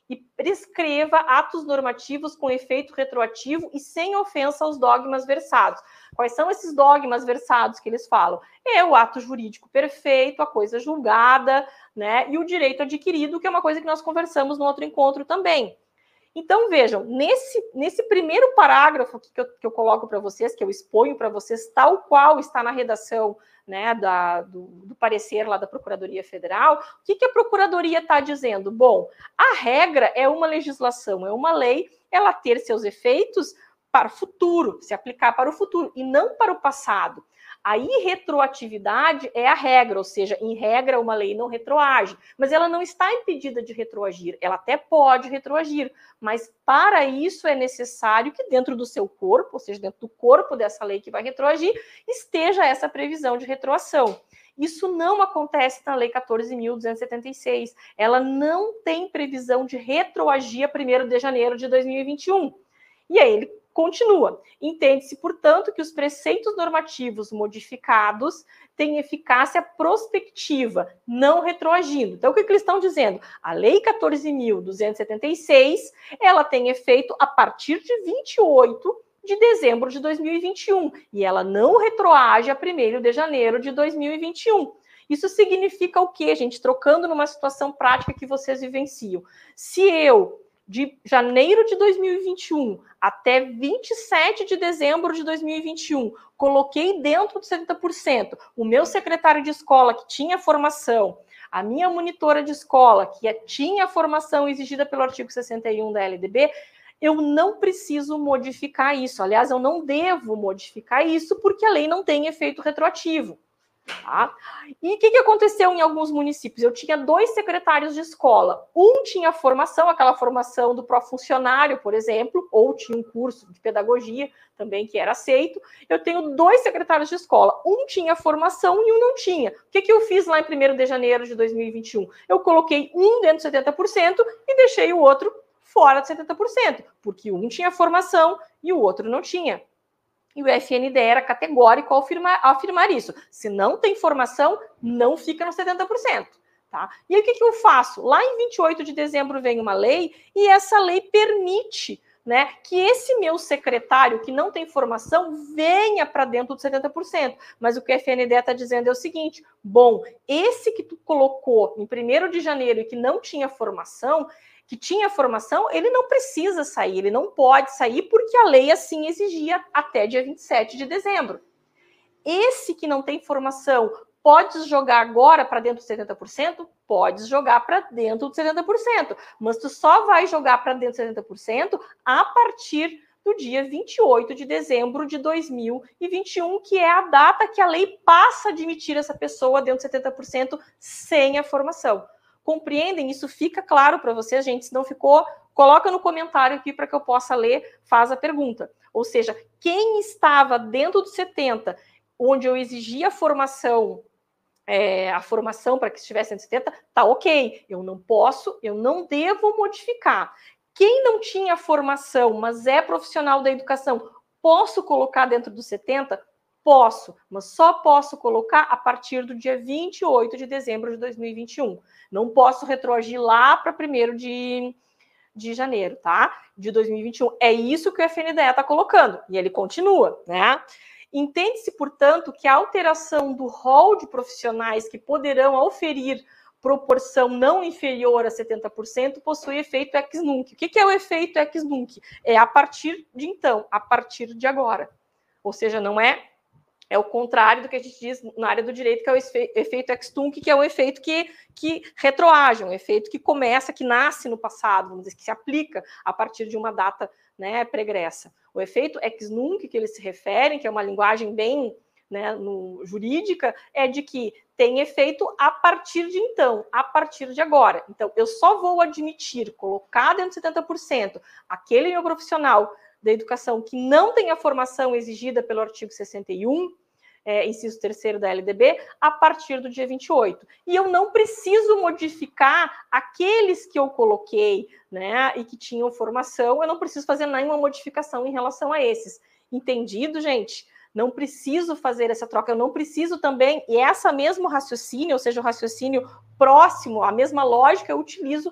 e prescreva atos normativos com efeito retroativo e sem ofensa aos dogmas versados. Quais são esses dogmas versados que eles falam? É o ato jurídico perfeito, a coisa julgada, né, e o direito adquirido, que é uma coisa que nós conversamos no outro encontro também. Então, vejam, nesse, nesse primeiro parágrafo que eu, que eu coloco para vocês, que eu exponho para vocês, tal qual está na redação, né, da, do, do parecer lá da Procuradoria Federal, o que, que a Procuradoria está dizendo? Bom, a regra é uma legislação, é uma lei, ela ter seus efeitos para o futuro, se aplicar para o futuro, e não para o passado. A irretroatividade é a regra, ou seja, em regra uma lei não retroage, mas ela não está impedida de retroagir, ela até pode retroagir, mas para isso é necessário que dentro do seu corpo, ou seja, dentro do corpo dessa lei que vai retroagir, esteja essa previsão de retroação. Isso não acontece na Lei quatorze mil duzentos e setenta e seis, ela não tem previsão de retroagir a primeiro de janeiro de dois mil e vinte e um. E aí ele continua. Entende-se, portanto, que os preceitos normativos modificados têm eficácia prospectiva, não retroagindo. Então, o que, que eles estão dizendo? A Lei quatorze mil duzentos e setenta e seis, ela tem efeito a partir de vinte e oito de dezembro de dois mil e vinte e um, e ela não retroage a primeiro de janeiro de dois mil e vinte e um. Isso significa o quê, gente? Trocando numa situação prática que vocês vivenciam. Se eu de janeiro de dois mil e vinte e um até vinte e sete de dezembro de dois mil e vinte e um, coloquei dentro dos setenta por cento o meu secretário de escola que tinha formação, a minha monitora de escola que tinha formação exigida pelo artigo sessenta e um da L D B, eu não preciso modificar isso. Aliás, eu não devo modificar isso porque a lei não tem efeito retroativo. Tá? E o que, que aconteceu em alguns municípios? Eu tinha dois secretários de escola. Um tinha formação, aquela formação do pró-funcionário, por exemplo, ou tinha um curso de pedagogia também que era aceito. Eu tenho dois secretários de escola. Um tinha formação e um não tinha. O que, que eu fiz lá em primeiro de janeiro de dois mil e vinte e um? Eu coloquei um dentro de setenta por cento e deixei o outro fora de setenta por cento, porque um tinha formação e o outro não tinha. E o F N D era categórico ao afirmar, ao afirmar isso. Se não tem formação, não fica no setenta por cento. Tá? E aí o que, que eu faço? Lá em vinte e oito de dezembro vem uma lei e essa lei permite, né, que esse meu secretário que não tem formação venha para dentro dos setenta por cento. Mas o que o F N D está dizendo é o seguinte, bom, esse que tu colocou em primeiro de janeiro e que não tinha formação, que tinha formação, ele não precisa sair, ele não pode sair porque a lei assim exigia até dia vinte e sete de dezembro. Esse que não tem formação, pode jogar agora para dentro dos setenta por cento? Pode jogar para dentro dos setenta por cento, mas tu só vai jogar para dentro dos setenta por cento a partir do dia vinte e oito de dezembro de dois mil e vinte e um, que é a data que a lei passa a admitir essa pessoa dentro dos setenta por cento sem a formação. Compreendem? Isso fica claro para vocês, gente? Se não ficou, coloca no comentário aqui para que eu possa ler, faz a pergunta. Ou seja, quem estava dentro dos setenta, onde eu exigia a formação, é, a formação para que estivesse dentro dos setenta, tá ok. Eu não posso, eu não devo modificar. Quem não tinha formação, mas é profissional da educação, posso colocar dentro dos setenta? Posso, mas só posso colocar a partir do dia vinte e oito de dezembro de dois mil e vinte e um. Não posso retroagir lá para primeiro de, de janeiro, tá? De dois mil e vinte e um. É isso que o F N D E está colocando. E ele continua, né? Entende-se, portanto, que a alteração do rol de profissionais que poderão auferir proporção não inferior a setenta por cento possui efeito ex nunc. O que é o efeito ex nunc? É a partir de então, a partir de agora. Ou seja, não é... É o contrário do que a gente diz na área do direito, que é o efeito ex tunc, que é um efeito que, que retroage, um efeito que começa, que nasce no passado, vamos dizer, que se aplica a partir de uma data, né, pregressa. O efeito ex nunc, que eles se referem, que é uma linguagem bem, né, no, jurídica, é de que tem efeito a partir de então, a partir de agora. Então, eu só vou admitir, colocar dentro de setenta por cento aquele meu profissional da educação que não tem a formação exigida pelo artigo sessenta e um, é, inciso terceiro da L D B, a partir do dia vinte e oito. E eu não preciso modificar aqueles que eu coloquei, né, e que tinham formação, eu não preciso fazer nenhuma modificação em relação a esses. Entendido, gente? Não preciso fazer essa troca, eu não preciso também, e essa mesmo raciocínio, ou seja, o raciocínio próximo, a mesma lógica eu utilizo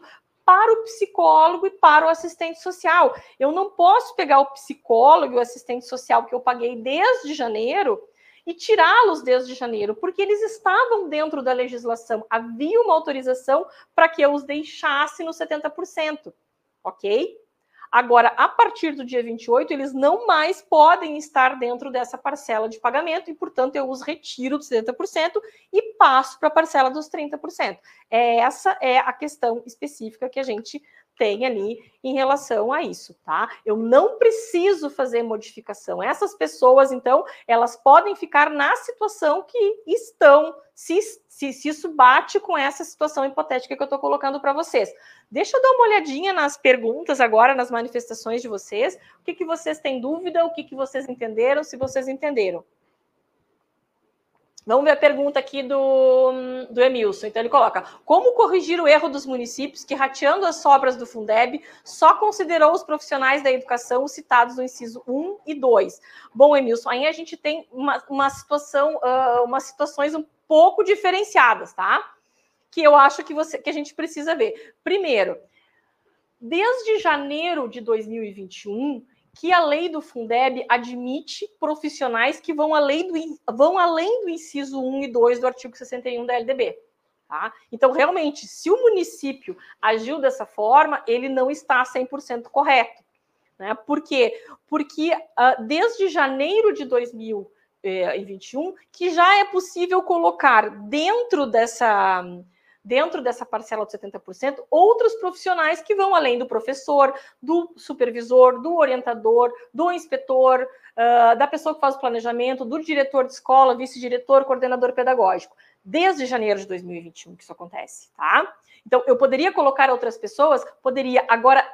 para o psicólogo e para o assistente social. Eu não posso pegar o psicólogo e o assistente social que eu paguei desde janeiro e tirá-los desde janeiro, porque eles estavam dentro da legislação. Havia uma autorização para que eu os deixasse no setenta por cento, ok? Agora, a partir do dia vinte e oito, eles não mais podem estar dentro dessa parcela de pagamento e, portanto, eu os retiro dos setenta por cento e passo para a parcela dos trinta por cento. Essa é a questão específica que a gente tem ali em relação a isso, tá? Eu não preciso fazer modificação. Essas pessoas, então, elas podem ficar na situação que estão, se, se, se isso bate com essa situação hipotética que eu estou colocando para vocês. Deixa eu dar uma olhadinha nas perguntas agora, nas manifestações de vocês. O que, que vocês têm dúvida, o que, que vocês entenderam, se vocês entenderam. Vamos ver a pergunta aqui do, do Emilson. Então, ele coloca: como corrigir o erro dos municípios que, rateando as sobras do Fundeb, só considerou os profissionais da educação citados no inciso um e dois? Bom, Emilson, aí a gente tem uma, uma situação, uh, umas situações um pouco diferenciadas, tá? Que eu acho que, você, que a gente precisa ver. Primeiro, desde janeiro de dois mil e vinte e um, que a lei do Fundeb admite profissionais que vão além do, vão além do inciso um e dois do artigo sessenta e um da L D B. Tá? Então, realmente, se o município agiu dessa forma, ele não está cem por cento correto. Né? Por quê? Porque uh, desde janeiro de dois mil e vinte e um, que já é possível colocar dentro dessa... dentro dessa parcela de setenta por cento, outros profissionais que vão além do professor, do supervisor, do orientador, do inspetor, uh, da pessoa que faz o planejamento, do diretor de escola, vice-diretor, coordenador pedagógico. Desde janeiro de dois mil e vinte e um que isso acontece, tá? Então, eu poderia colocar outras pessoas, poderia. Agora,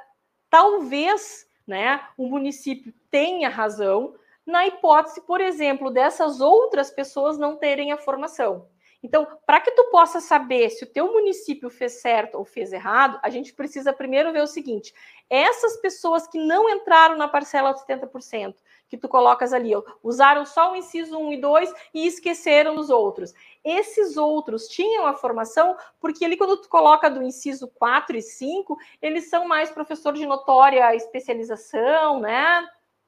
talvez, né, o município tenha razão na hipótese, por exemplo, dessas outras pessoas não terem a formação. Então, para que tu possa saber se o teu município fez certo ou fez errado, a gente precisa primeiro ver o seguinte: essas pessoas que não entraram na parcela de setenta por cento, que tu colocas ali, ó, usaram só o inciso um e dois e esqueceram os outros. Esses outros tinham a formação, porque ali quando tu coloca do inciso quatro e cinco, eles são mais professor de notória especialização, né?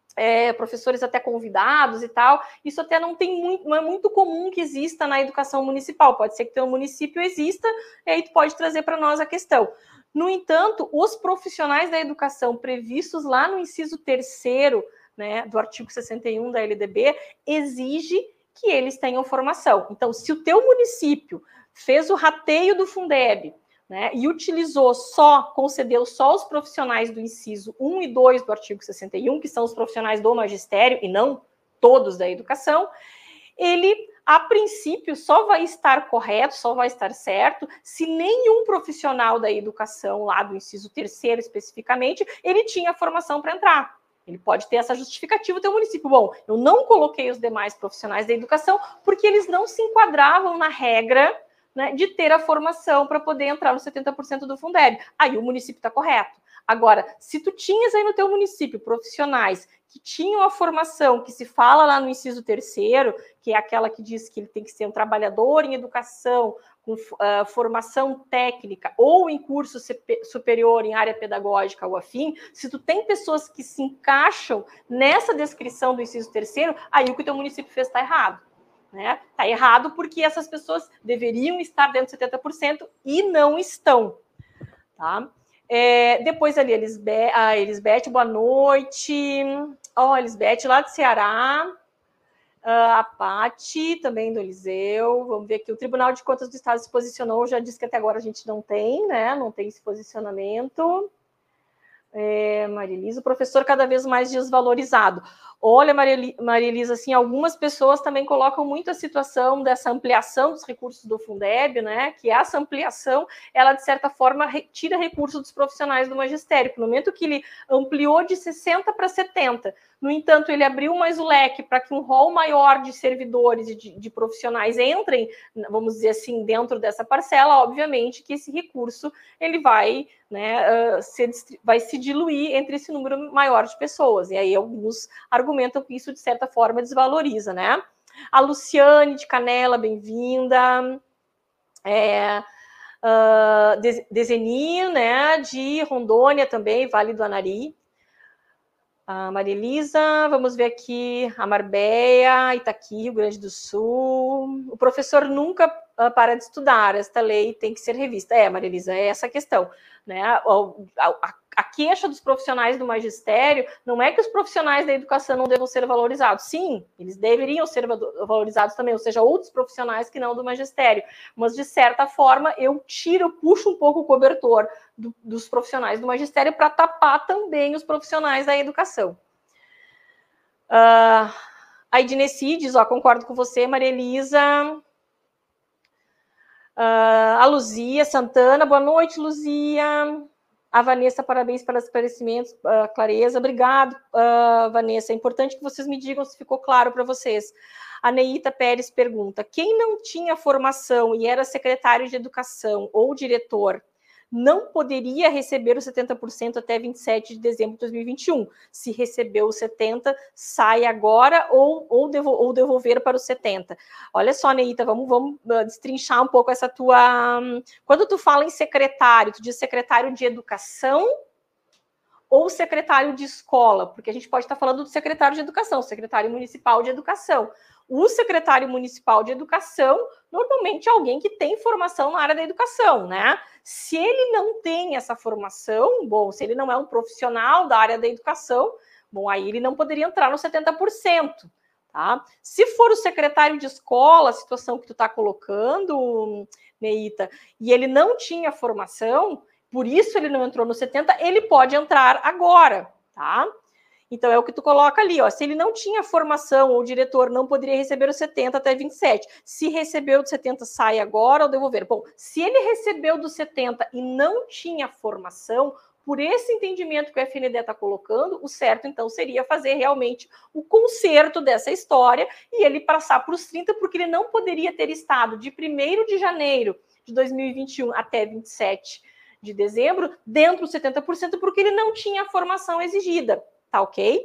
É, professores até convidados e tal. Isso até não tem muito, não é muito comum que exista na educação municipal. Pode ser que teu município exista, e aí tu pode trazer para nós a questão. No entanto, os profissionais da educação previstos lá no inciso terceiro, né, do artigo sessenta e um da L D B, exige que eles tenham formação. Então, se o teu município fez o rateio do Fundeb, né, e utilizou só, concedeu só os profissionais do inciso um e dois do artigo sessenta e um, que são os profissionais do magistério e não todos da educação, ele, a princípio, só vai estar correto, só vai estar certo, se nenhum profissional da educação, lá do inciso terceiro especificamente, ele tinha formação para entrar. Ele pode ter essa justificativa do teu município. Bom, eu não coloquei os demais profissionais da educação porque eles não se enquadravam na regra, né, de ter a formação para poder entrar no setenta por cento do Fundeb. Aí o município está correto. Agora, se tu tinhas aí no teu município profissionais que tinham a formação que se fala lá no inciso terceiro, que é aquela que diz que ele tem que ser um trabalhador em educação, com uh, formação técnica ou em curso superior em área pedagógica ou afim, se tu tem pessoas que se encaixam nessa descrição do inciso terceiro, aí o que o teu município fez está errado. Né? Tá errado porque essas pessoas deveriam estar dentro de setenta por cento e não estão. Tá? É, depois ali, Elisbeth, a Elisbeth, boa noite. Ó, oh, Elisbeth, lá de Ceará. Uh, a Pati, também do Eliseu. Vamos ver aqui, o Tribunal de Contas do Estado se posicionou, já disse que até agora a gente não tem, né? Não tem esse posicionamento. É, Maria Elisa, o professor cada vez mais desvalorizado. Olha, Maria, Maria Elisa, assim, algumas pessoas também colocam muito a situação dessa ampliação dos recursos do Fundeb, né? Que essa ampliação, ela, de certa forma, retira recursos dos profissionais do magistério. No momento que ele ampliou de sessenta para setenta, no entanto, ele abriu mais o leque para que um rol maior de servidores e de, de profissionais entrem, vamos dizer assim, dentro dessa parcela, obviamente que esse recurso ele vai, né, uh, se, vai se diluir entre esse número maior de pessoas. E aí alguns argumentam que isso, de certa forma, desvaloriza, né? A Luciane de Canela, bem-vinda. É... Uh, Dezeninho, né, de Rondônia também, Vale do Anari. A Maria Elisa, vamos ver aqui, a Marbella, Itaqui, Rio Grande do Sul. O professor nunca uh, para de estudar, esta lei tem que ser revista. É, Maria Elisa, é essa a questão, né? A, a, a queixa dos profissionais do magistério não é que os profissionais da educação não devam ser valorizados. Sim, eles deveriam ser valorizados também, ou seja, outros profissionais que não do magistério. Mas, de certa forma, eu tiro, eu puxo um pouco o cobertor do, dos profissionais do magistério para tapar também os profissionais da educação. Uh, a Edneci diz, ó, concordo com você, Maria Elisa. Uh, a Luzia Santana, boa noite, Luzia. A Vanessa, parabéns pelos esclarecimentos, uh, clareza. Obrigado, uh, Vanessa. É importante que vocês me digam se ficou claro para vocês. A Neita Pérez pergunta, quem não tinha formação e era secretário de educação ou diretor, não poderia receber os setenta por cento até vinte e sete de dezembro de dois mil e vinte e um. Se recebeu os setenta, sai agora ou, ou, devo, ou devolver para os setenta. Olha só, Neita, vamos, vamos destrinchar um pouco essa tua... Quando tu fala em secretário, tu diz secretário de educação ou secretário de escola? Porque a gente pode estar falando do secretário de educação, secretário municipal de educação. O secretário municipal de educação, normalmente é alguém que tem formação na área da educação, né? Se ele não tem essa formação, bom, se ele não é um profissional da área da educação, bom, aí ele não poderia entrar no setenta por cento, tá? Se for o secretário de escola, a situação que tu está colocando, Neita, e ele não tinha formação, por isso ele não entrou no setenta, ele pode entrar agora, tá? Então, é o que tu coloca ali, ó. Se ele não tinha formação ou o diretor não poderia receber os setenta até vinte e sete. Se recebeu dos setenta, sai agora ou devolver. Bom, se ele recebeu dos setenta e não tinha formação, por esse entendimento que o F N D está colocando, o certo, então, seria fazer realmente o conserto dessa história e ele passar para os trinta, porque ele não poderia ter estado de primeiro de janeiro de dois mil e vinte e um até vinte e sete de dezembro dentro dos setenta por cento, porque ele não tinha a formação exigida. Tá ok?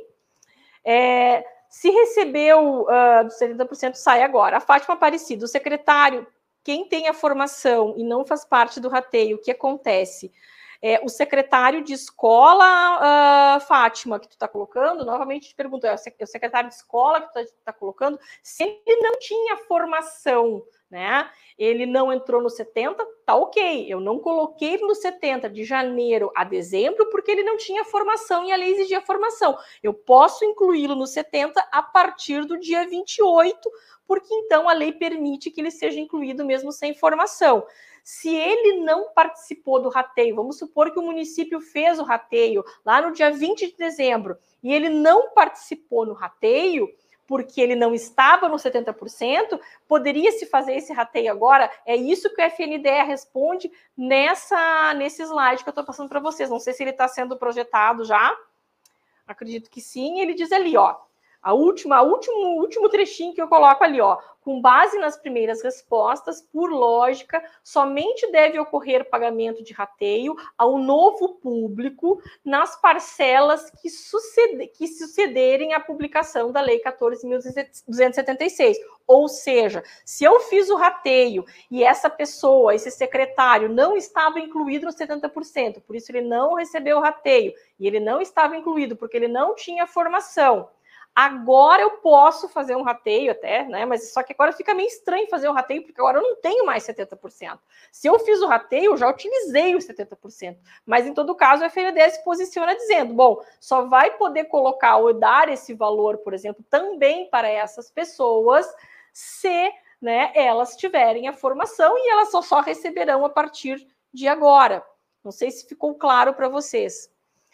É, se recebeu uh, dos setenta por cento, sai agora. A Fátima Aparecido, o secretário, quem tem a formação e não faz parte do rateio, o que acontece? É, o secretário de escola, uh, Fátima, que tu está colocando, novamente te pergunto, é o secretário de escola que tu está tá colocando, se ele não tinha formação, né? Ele não entrou no setenta, tá ok. Eu não coloquei no setenta de janeiro a dezembro porque ele não tinha formação e a lei exigia formação. Eu posso incluí-lo no setenta a partir do dia vinte e oito, porque então a lei permite que ele seja incluído mesmo sem formação. Se ele não participou do rateio, vamos supor que o município fez o rateio lá no dia vinte de dezembro e ele não participou no rateio, porque ele não estava no setenta por cento, poderia-se fazer esse rateio agora? É isso que o F N D E responde nessa, nesse slide que eu estou passando para vocês. Não sei se ele está sendo projetado já. Acredito que sim. Ele diz ali, ó, a última, a último, último trechinho que eu coloco ali, ó, com base nas primeiras respostas, por lógica, somente deve ocorrer pagamento de rateio ao novo público nas parcelas que, sucede, que sucederem à publicação da Lei quatorze mil duzentos e setenta e seis. Ou seja, se eu fiz o rateio e essa pessoa, esse secretário, não estava incluído no setenta por cento, por isso ele não recebeu o rateio, e ele não estava incluído porque ele não tinha formação, agora eu posso fazer um rateio até, né? Mas só que agora fica meio estranho fazer um rateio, porque agora eu não tenho mais setenta por cento. Se eu fiz o rateio, eu já utilizei os setenta por cento. Mas, em todo caso, o F N D E se posiciona dizendo, bom, só vai poder colocar ou dar esse valor, por exemplo, também para essas pessoas, se, né, elas tiverem a formação e elas só, só receberão a partir de agora. Não sei se ficou claro para vocês.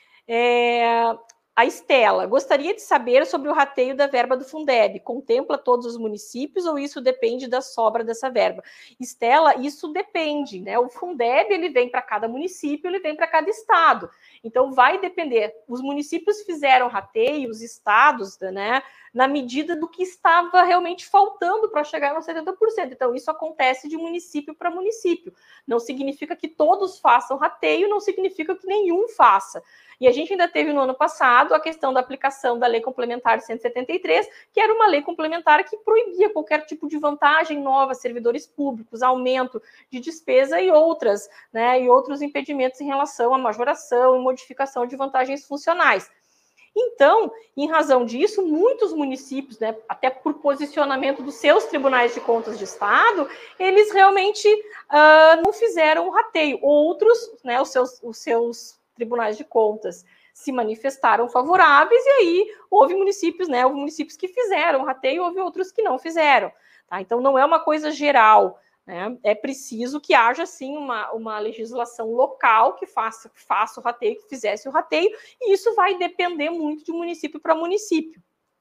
É... A Estela, gostaria de saber sobre o rateio da verba do Fundeb. Contempla todos os municípios ou isso depende da sobra dessa verba? Estela, isso depende, né? O Fundeb, ele vem para cada município, ele vem para cada estado. Então, vai depender. Os municípios fizeram rateio, os estados, né? Na medida do que estava realmente faltando para chegar nos setenta por cento. Então, isso acontece de município para município. Não significa que todos façam rateio, não significa que nenhum faça. E a gente ainda teve no ano passado lado a questão da aplicação da Lei Complementar cento e setenta e três, que era uma lei complementar que proibia qualquer tipo de vantagem nova a servidores públicos, aumento de despesa e outras, né, e outros impedimentos em relação à majoração e modificação de vantagens funcionais. Então, em razão disso, muitos municípios, né, até por posicionamento dos seus tribunais de contas de Estado, eles realmente uh, não fizeram o rateio. Outros, né, os seus, os seus tribunais de contas se manifestaram favoráveis, e aí houve municípios, né, houve municípios que fizeram o rateio, houve outros que não fizeram. Tá? Então, não é uma coisa geral. Né? É preciso que haja, sim, uma, uma legislação local que faça, faça o rateio, que fizesse o rateio, e isso vai depender muito de município para município.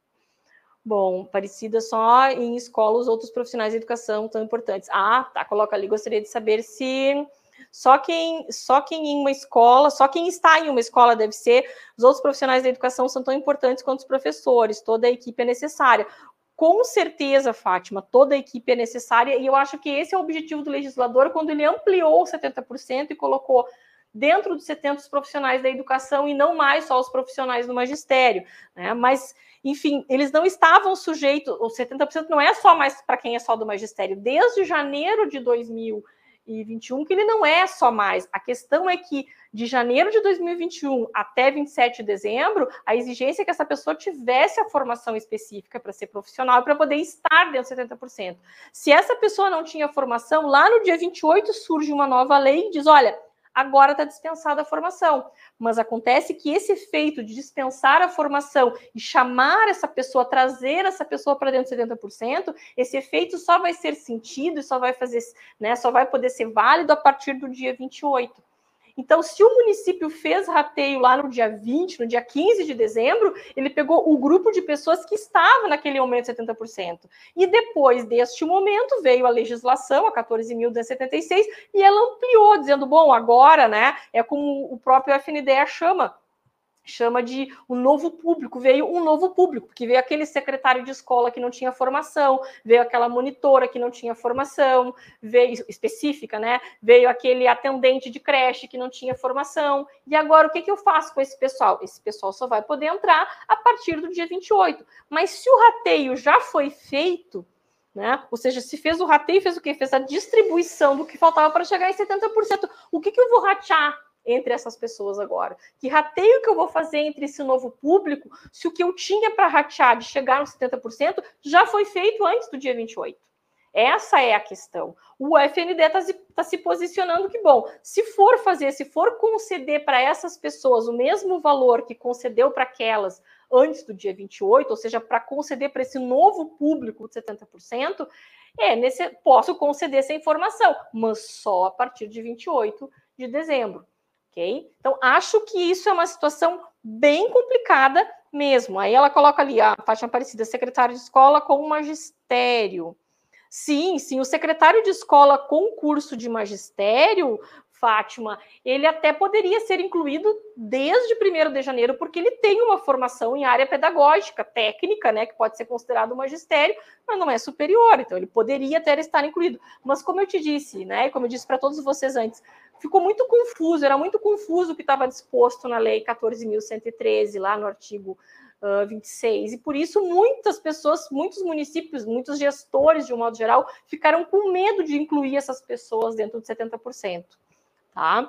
Bom, Aparecida, só em escola os outros profissionais de educação tão importantes. Ah, tá, coloca ali, gostaria de saber se só quem, só quem em uma escola, só quem está em uma escola deve ser, os outros profissionais da educação são tão importantes quanto os professores, toda a equipe é necessária. Com certeza, Fátima, toda a equipe é necessária, e eu acho que esse é o objetivo do legislador quando ele ampliou os setenta por cento e colocou dentro dos setenta os profissionais da educação e não mais só os profissionais do magistério, né? Mas, enfim, eles não estavam sujeitos, os setenta por cento não é só mais para quem é só do magistério, desde janeiro de dois mil e vinte e um que ele não é só mais. A questão é que de janeiro de dois mil e vinte e um até vinte e sete de dezembro, a exigência é que essa pessoa tivesse a formação específica para ser profissional e para poder estar dentro dos setenta por cento. Se essa pessoa não tinha formação, lá no dia vinte e oito surge uma nova lei e diz, olha, agora está dispensada a formação. Mas acontece que esse efeito de dispensar a formação e chamar essa pessoa, trazer essa pessoa para dentro dos setenta por cento, esse efeito só vai ser sentido e só vai fazer, né, só vai poder ser válido a partir do dia vinte e oito. Então, se o município fez rateio lá no dia vinte, no dia quinze de dezembro, ele pegou o grupo de pessoas que estavam naquele aumento de setenta por cento. E depois deste momento veio a legislação, a quatorze mil duzentos e setenta e seis, e ela ampliou, dizendo, bom, agora, né, é como o próprio F N D E chama, chama de um novo público, veio um novo público, porque veio aquele secretário de escola que não tinha formação, veio aquela monitora que não tinha formação, veio específica, né? Veio aquele atendente de creche que não tinha formação. E agora, o que, que eu faço com esse pessoal? Esse pessoal só vai poder entrar a partir do dia vinte e oito. Mas se o rateio já foi feito, né? Ou seja, se fez o rateio, fez o quê? Fez a distribuição do que faltava para chegar em setenta por cento. O que, que eu vou ratear entre essas pessoas agora? Que rateio que eu vou fazer entre esse novo público se o que eu tinha para ratear de chegar nos setenta por cento já foi feito antes do dia vinte e oito? Essa é a questão. O F N D está se, tá se posicionando que, bom, se for fazer, se for conceder para essas pessoas o mesmo valor que concedeu para aquelas antes do dia vinte e oito, ou seja, para conceder para esse novo público de setenta por cento, é, nesse, posso conceder essa informação, mas só a partir de vinte e oito de dezembro. Okay? Então, acho que isso é uma situação bem complicada mesmo. Aí ela coloca ali, a Fátima Aparecida, secretário de escola com magistério. Sim, sim, o secretário de escola com curso de magistério, Fátima, ele até poderia ser incluído desde primeiro de janeiro, porque ele tem uma formação em área pedagógica, técnica, né, que pode ser considerado um magistério, mas não é superior, então ele poderia até estar incluído. Mas como eu te disse, né, como eu disse para todos vocês antes, ficou muito confuso, era muito confuso o que estava disposto na Lei quatorze mil cento e treze, lá no artigo uh, vinte e seis, e por isso muitas pessoas, muitos municípios, muitos gestores, de um modo geral, ficaram com medo de incluir essas pessoas dentro de setenta por cento. Tá?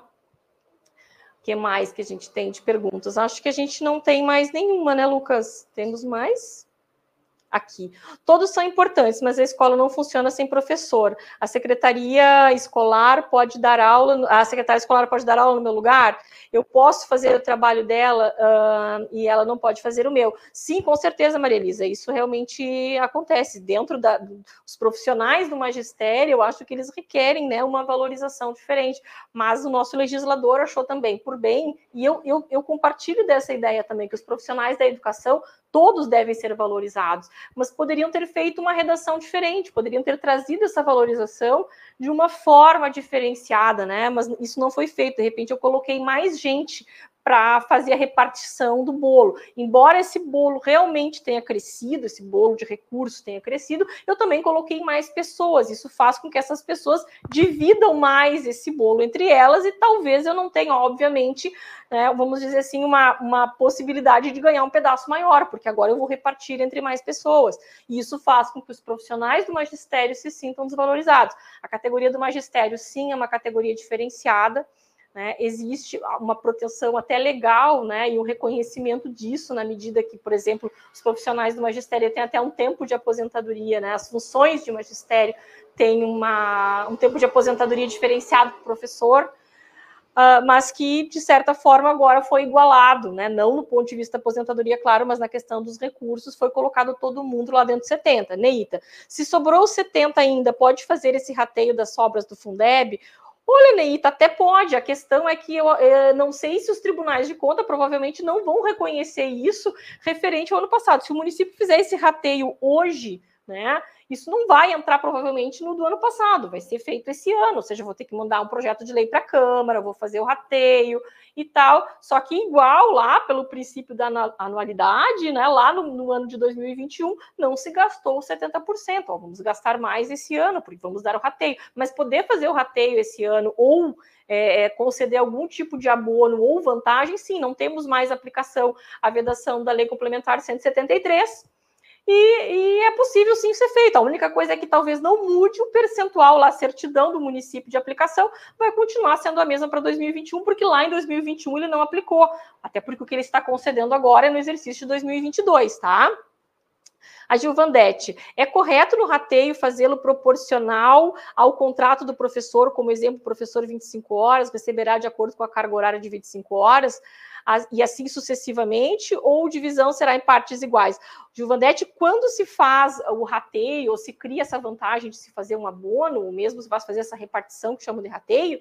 O que mais que a gente tem de perguntas? Acho que a gente não tem mais nenhuma, né, Lucas? Temos mais? Aqui. Todos são importantes, mas a escola não funciona sem professor. A secretaria escolar pode dar aula, a secretária escolar pode dar aula no meu lugar? Eu posso fazer o trabalho dela uh, e ela não pode fazer o meu? Sim, com certeza, Maria Elisa, isso realmente acontece. Dentro da, dos profissionais do magistério, eu acho que eles requerem, né, uma valorização diferente, mas o nosso legislador achou também por bem, e eu, eu, eu compartilho dessa ideia também, que os profissionais da educação todos devem ser valorizados. mas poderiam ter feito uma redação diferente, poderiam ter trazido essa valorização de uma forma diferenciada, né? Mas isso não foi feito. De repente, eu coloquei mais gente para fazer a repartição do bolo. Embora esse bolo realmente tenha crescido, esse bolo de recursos tenha crescido, eu também coloquei mais pessoas. Isso faz com que essas pessoas dividam mais esse bolo entre elas e talvez eu não tenha, obviamente, né, vamos dizer assim, uma, uma possibilidade de ganhar um pedaço maior, porque agora eu vou repartir entre mais pessoas. E isso faz com que os profissionais do magistério se sintam desvalorizados. A categoria do magistério, sim, é uma categoria diferenciada, né, existe uma proteção até legal, né, e um reconhecimento disso na medida que, por exemplo, os profissionais do magistério têm até um tempo de aposentadoria, né, as funções de magistério têm uma, um tempo de aposentadoria diferenciado para o professor, uh, mas que, de certa forma, agora foi igualado, né, não no ponto de vista da aposentadoria, claro, mas na questão dos recursos, foi colocado todo mundo lá dentro de setenta. Neita, se sobrou setenta ainda, pode fazer esse rateio das sobras do Fundeb? Olha, Neita, até pode. A questão é que eu, eu não sei se os tribunais de conta provavelmente não vão reconhecer isso referente ao ano passado. Se o município fizer esse rateio hoje, né, isso não vai entrar provavelmente no do ano passado, vai ser feito esse ano, ou seja, eu vou ter que mandar um projeto de lei para a Câmara, vou fazer o rateio e tal, só que igual lá, pelo princípio da anualidade, né, lá no, no ano de dois mil e vinte e um, não se gastou setenta por cento, ó, vamos gastar mais esse ano, porque vamos dar o rateio, mas poder fazer o rateio esse ano ou é, conceder algum tipo de abono ou vantagem, sim, não temos mais aplicação à vedação da Lei Complementar cento e setenta e três, E, e é possível sim ser feito. A única coisa é que talvez não mude o percentual lá, a certidão do município de aplicação vai continuar sendo a mesma para dois mil e vinte e um, porque lá em dois mil e vinte e um ele não aplicou, até porque o que ele está concedendo agora é no exercício de dois mil e vinte e dois, tá? A Gilvandete, é correto no rateio fazê-lo proporcional ao contrato do professor, como exemplo, professor vinte e cinco horas, receberá de acordo com a carga horária de vinte e cinco horas, e assim sucessivamente, ou divisão será em partes iguais? Gilvandete, quando se faz o rateio, ou se cria essa vantagem de se fazer um abono, ou mesmo se vai fazer essa repartição que chamam de rateio,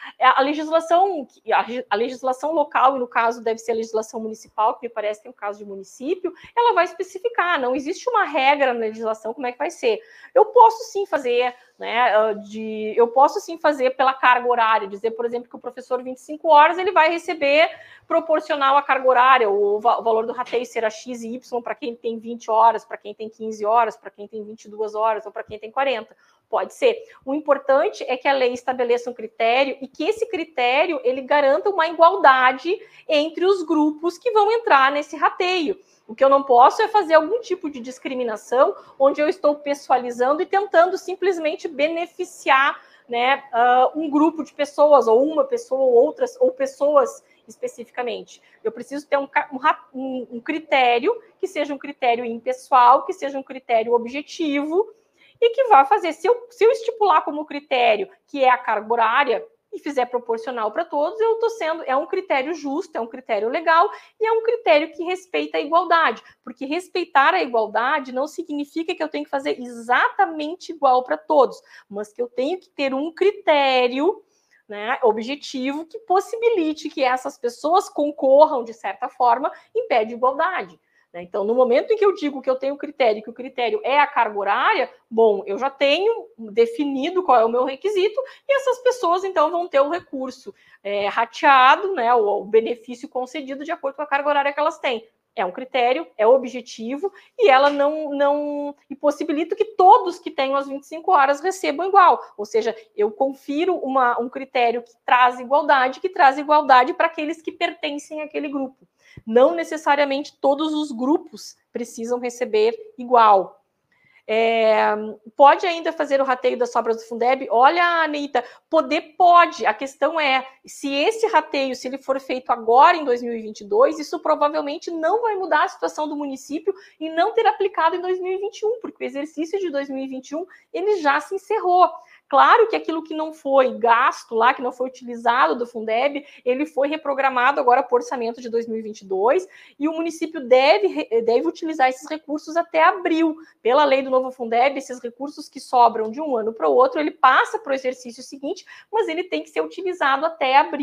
a legislação, a legislação local, e no caso deve ser a legislação municipal, que me parece que é um caso de município, ela vai especificar, não existe uma regra na legislação como é que vai ser. Eu posso sim fazer, né, de, eu posso sim fazer pela carga horária, dizer, por exemplo, que o professor vinte e cinco horas, ele vai receber proporcional à carga horária, o, o valor do rateio será X e Y para quem tem vinte horas, para quem tem quinze horas, para quem tem vinte e duas horas, ou para quem tem quarenta. Pode ser. O importante é que a lei estabeleça um critério e que esse critério ele garanta uma igualdade entre os grupos que vão entrar nesse rateio. O que eu não posso é fazer algum tipo de discriminação onde eu estou pessoalizando e tentando simplesmente beneficiar, né, uh, um grupo de pessoas, ou uma pessoa, ou outras, ou pessoas especificamente. Eu preciso ter um, um, um critério que seja um critério impessoal, que seja um critério objetivo, e que vai fazer, se eu, se eu estipular como critério que é a carga horária e fizer proporcional para todos, eu estou sendo, é um critério justo, é um critério legal e é um critério que respeita a igualdade, porque respeitar a igualdade não significa que eu tenho que fazer exatamente igual para todos, mas que eu tenho que ter um critério, né, objetivo que possibilite que essas pessoas concorram de certa forma em pé de igualdade. Então, no momento em que eu digo que eu tenho critério, que o critério é a carga horária, bom, eu já tenho definido qual é o meu requisito e essas pessoas, então, vão ter o recurso é, rateado, né, o, o benefício concedido de acordo com a carga horária que elas têm. É um critério, é objetivo e ela não, não e possibilita que todos que tenham as vinte e cinco horas recebam igual. Ou seja, eu confiro uma, um critério que traz igualdade, que traz igualdade para aqueles que pertencem àquele grupo. Não necessariamente todos os grupos precisam receber igual. É, pode ainda fazer o rateio das sobras do Fundeb? Olha, Anitta, poder pode. A questão é, se esse rateio, se ele for feito agora em dois mil e vinte e dois, isso provavelmente não vai mudar a situação do município e não ter aplicado em dois mil e vinte e um, porque o exercício de dois mil e vinte e um ele já se encerrou. Claro que aquilo que não foi gasto lá, que não foi utilizado do Fundeb, ele foi reprogramado agora para o orçamento de dois mil e vinte e dois e o município deve, deve utilizar esses recursos até abril. Pela lei do novo Fundeb, esses recursos que sobram de um ano para o outro, ele passa para o exercício seguinte, mas ele tem que ser utilizado até abril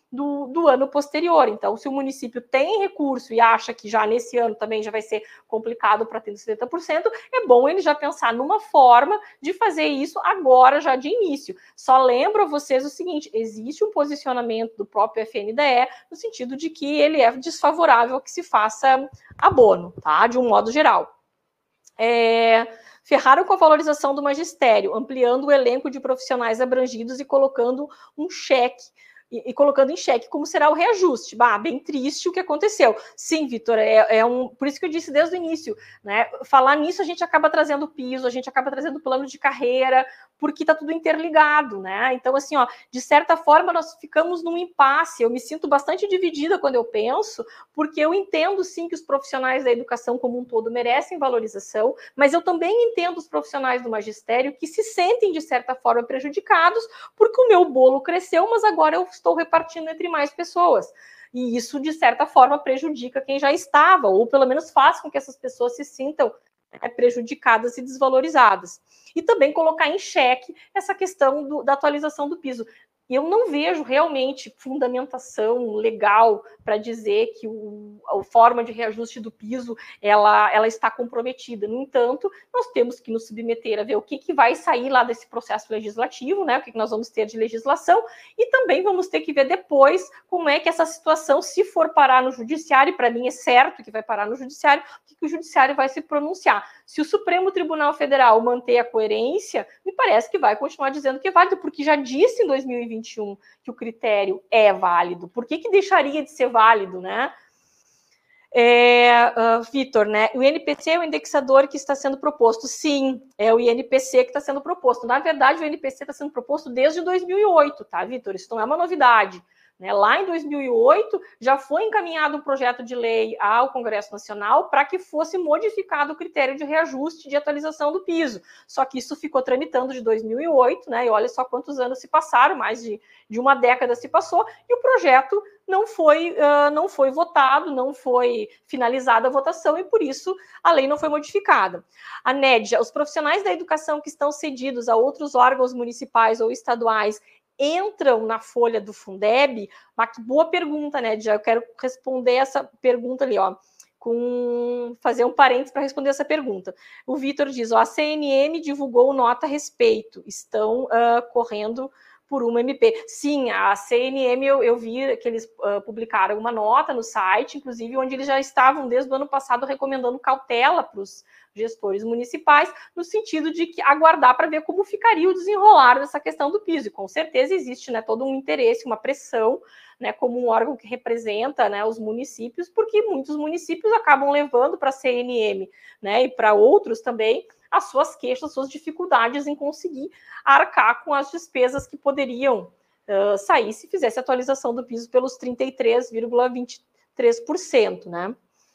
do, do ano posterior. Então, se o município tem recurso e acha que já nesse ano também já vai ser complicado para ter setenta por cento, é bom ele já pensar numa forma de fazer isso agora, já de início. Só lembro a vocês o seguinte, existe um posicionamento do próprio F N D E no sentido de que ele é desfavorável que se faça abono, tá? De um modo geral. É... Ferraram com a valorização do magistério, ampliando o elenco de profissionais abrangidos e colocando um cheque, e, e colocando em xeque como será o reajuste. Bah, bem triste o que aconteceu. Sim, Vitor, é, é um, por isso que eu disse desde o início, né? Falar nisso a gente acaba trazendo piso, a gente acaba trazendo plano de carreira, porque está tudo interligado, né? Então, assim, ó, de certa forma, nós ficamos num impasse. Eu me sinto bastante dividida quando eu penso, porque eu entendo, sim, que os profissionais da educação como um todo merecem valorização, mas eu também entendo os profissionais do magistério que se sentem, de certa forma, prejudicados, porque o meu bolo cresceu, mas agora eu estou repartindo entre mais pessoas. E isso, de certa forma, prejudica quem já estava, ou pelo menos faz com que essas pessoas se sintam é, prejudicadas e desvalorizadas. E também colocar em xeque essa questão do, da atualização do piso. Eu não vejo realmente fundamentação legal para dizer que o, a forma de reajuste do piso ela, ela está comprometida. No entanto, nós temos que nos submeter a ver o que, que vai sair lá desse processo legislativo, né? O que, que nós vamos ter de legislação, e também vamos ter que ver depois como é que essa situação, se for parar no judiciário, e para mim é certo que vai parar no judiciário, o que, que o judiciário vai se pronunciar. Se o Supremo Tribunal Federal manter a coerência, me parece que vai continuar dizendo que é válido, porque já disse em dois mil e vinte e um que o critério é válido. Por que que deixaria de ser válido, né? É, uh, Vitor, né? O I N P C é o indexador que está sendo proposto. Sim, é o I N P C que está sendo proposto. Na verdade, o I N P C está sendo proposto desde dois mil e oito, tá, Vitor? Isso não é uma novidade. Né? Lá em dois mil e oito, já foi encaminhado um projeto de lei ao Congresso Nacional para que fosse modificado o critério de reajuste de atualização do piso. Só que isso ficou tramitando de dois mil e oito, né? E olha só quantos anos se passaram, mais de, de uma década se passou, e o projeto não foi, uh, não foi votado, não foi finalizada a votação, e por isso a lei não foi modificada. A Nédia, os profissionais da educação que estão cedidos a outros órgãos municipais ou estaduais entram na folha do Fundeb? Mas que boa pergunta, né? Já eu quero responder essa pergunta ali, ó, com fazer um parênteses para responder essa pergunta. O Vitor diz, ó, a C N M divulgou nota a respeito, estão uh, correndo por uma M P. Sim, a C N M, eu, eu vi que eles uh, publicaram uma nota no site, inclusive, onde eles já estavam, desde o ano passado, recomendando cautela para os gestores municipais, no sentido de que aguardar para ver como ficaria o desenrolar dessa questão do piso. E com certeza existe, né, todo um interesse, uma pressão, né, como um órgão que representa, né, os municípios, porque muitos municípios acabam levando para a C N M, né, e para outros também, as suas queixas, as suas dificuldades em conseguir arcar com as despesas que poderiam uh, sair se fizesse a atualização do piso pelos trinta e três vírgula vinte e três por cento, né?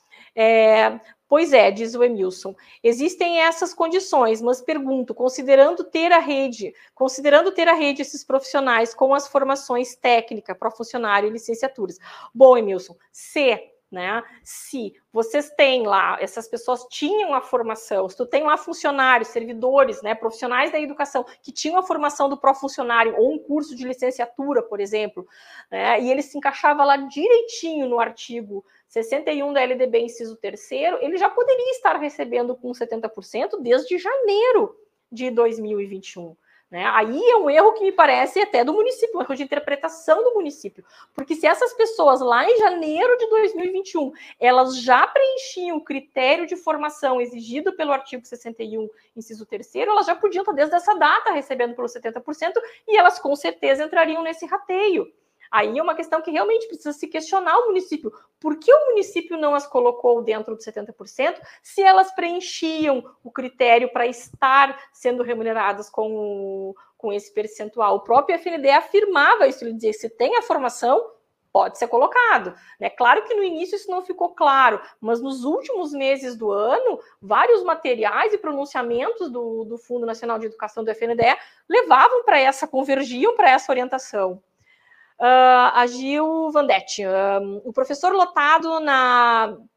É, pois é, diz o Emilson, existem essas condições, mas pergunto, considerando ter a rede, considerando ter a rede esses profissionais com as formações técnicas para funcionário e licenciaturas. Bom, Emilson, se, né, se vocês têm lá, essas pessoas tinham a formação, se tu tem lá funcionários, servidores, né, profissionais da educação que tinham a formação do pró-funcionário ou um curso de licenciatura, por exemplo, né, e ele se encaixava lá direitinho no artigo sessenta e um da L D B, inciso terceiro, ele já poderia estar recebendo com setenta por cento desde janeiro de dois mil e vinte e um. Né? Aí é um erro que me parece até do município, um erro de interpretação do município. Porque se essas pessoas lá em janeiro de dois mil e vinte e um, elas já preenchiam o critério de formação exigido pelo artigo sessenta e um, inciso terceiro, elas já podiam estar desde essa data recebendo pelos setenta por cento e elas com certeza entrariam nesse rateio. Aí é uma questão que realmente precisa se questionar o município. Por que o município não as colocou dentro dos setenta por cento se elas preenchiam o critério para estar sendo remuneradas com, com esse percentual? O próprio F N D E afirmava isso, ele dizia, se tem a formação, pode ser colocado. Né? Claro que no início isso não ficou claro, mas nos últimos meses do ano, vários materiais e pronunciamentos do, do Fundo Nacional de Educação do F N D E levavam para essa, convergiam para essa orientação. Uh, a Gil Vandetti, um, o professor lotado na,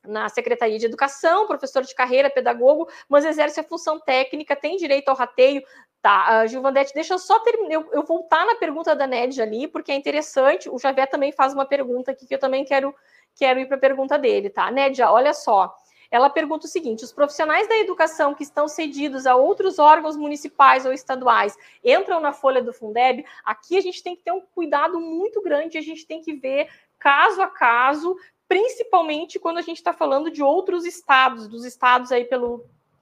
na Secretaria de Educação, professor de carreira, pedagogo, mas exerce a função técnica, tem direito ao rateio. Tá, uh, Gilvandete, deixa eu só terminar, eu, eu voltar na pergunta da Nédia ali, porque é interessante, o Javé também faz uma pergunta aqui, que eu também quero, quero ir para a pergunta dele, tá? Nédia, olha só, ela pergunta o seguinte, os profissionais da educação que estão cedidos a outros órgãos municipais ou estaduais entram na folha do Fundeb? Aqui a gente tem que ter um cuidado muito grande, a gente tem que ver caso a caso, principalmente quando a gente está falando de outros estados, dos estados aí pelo,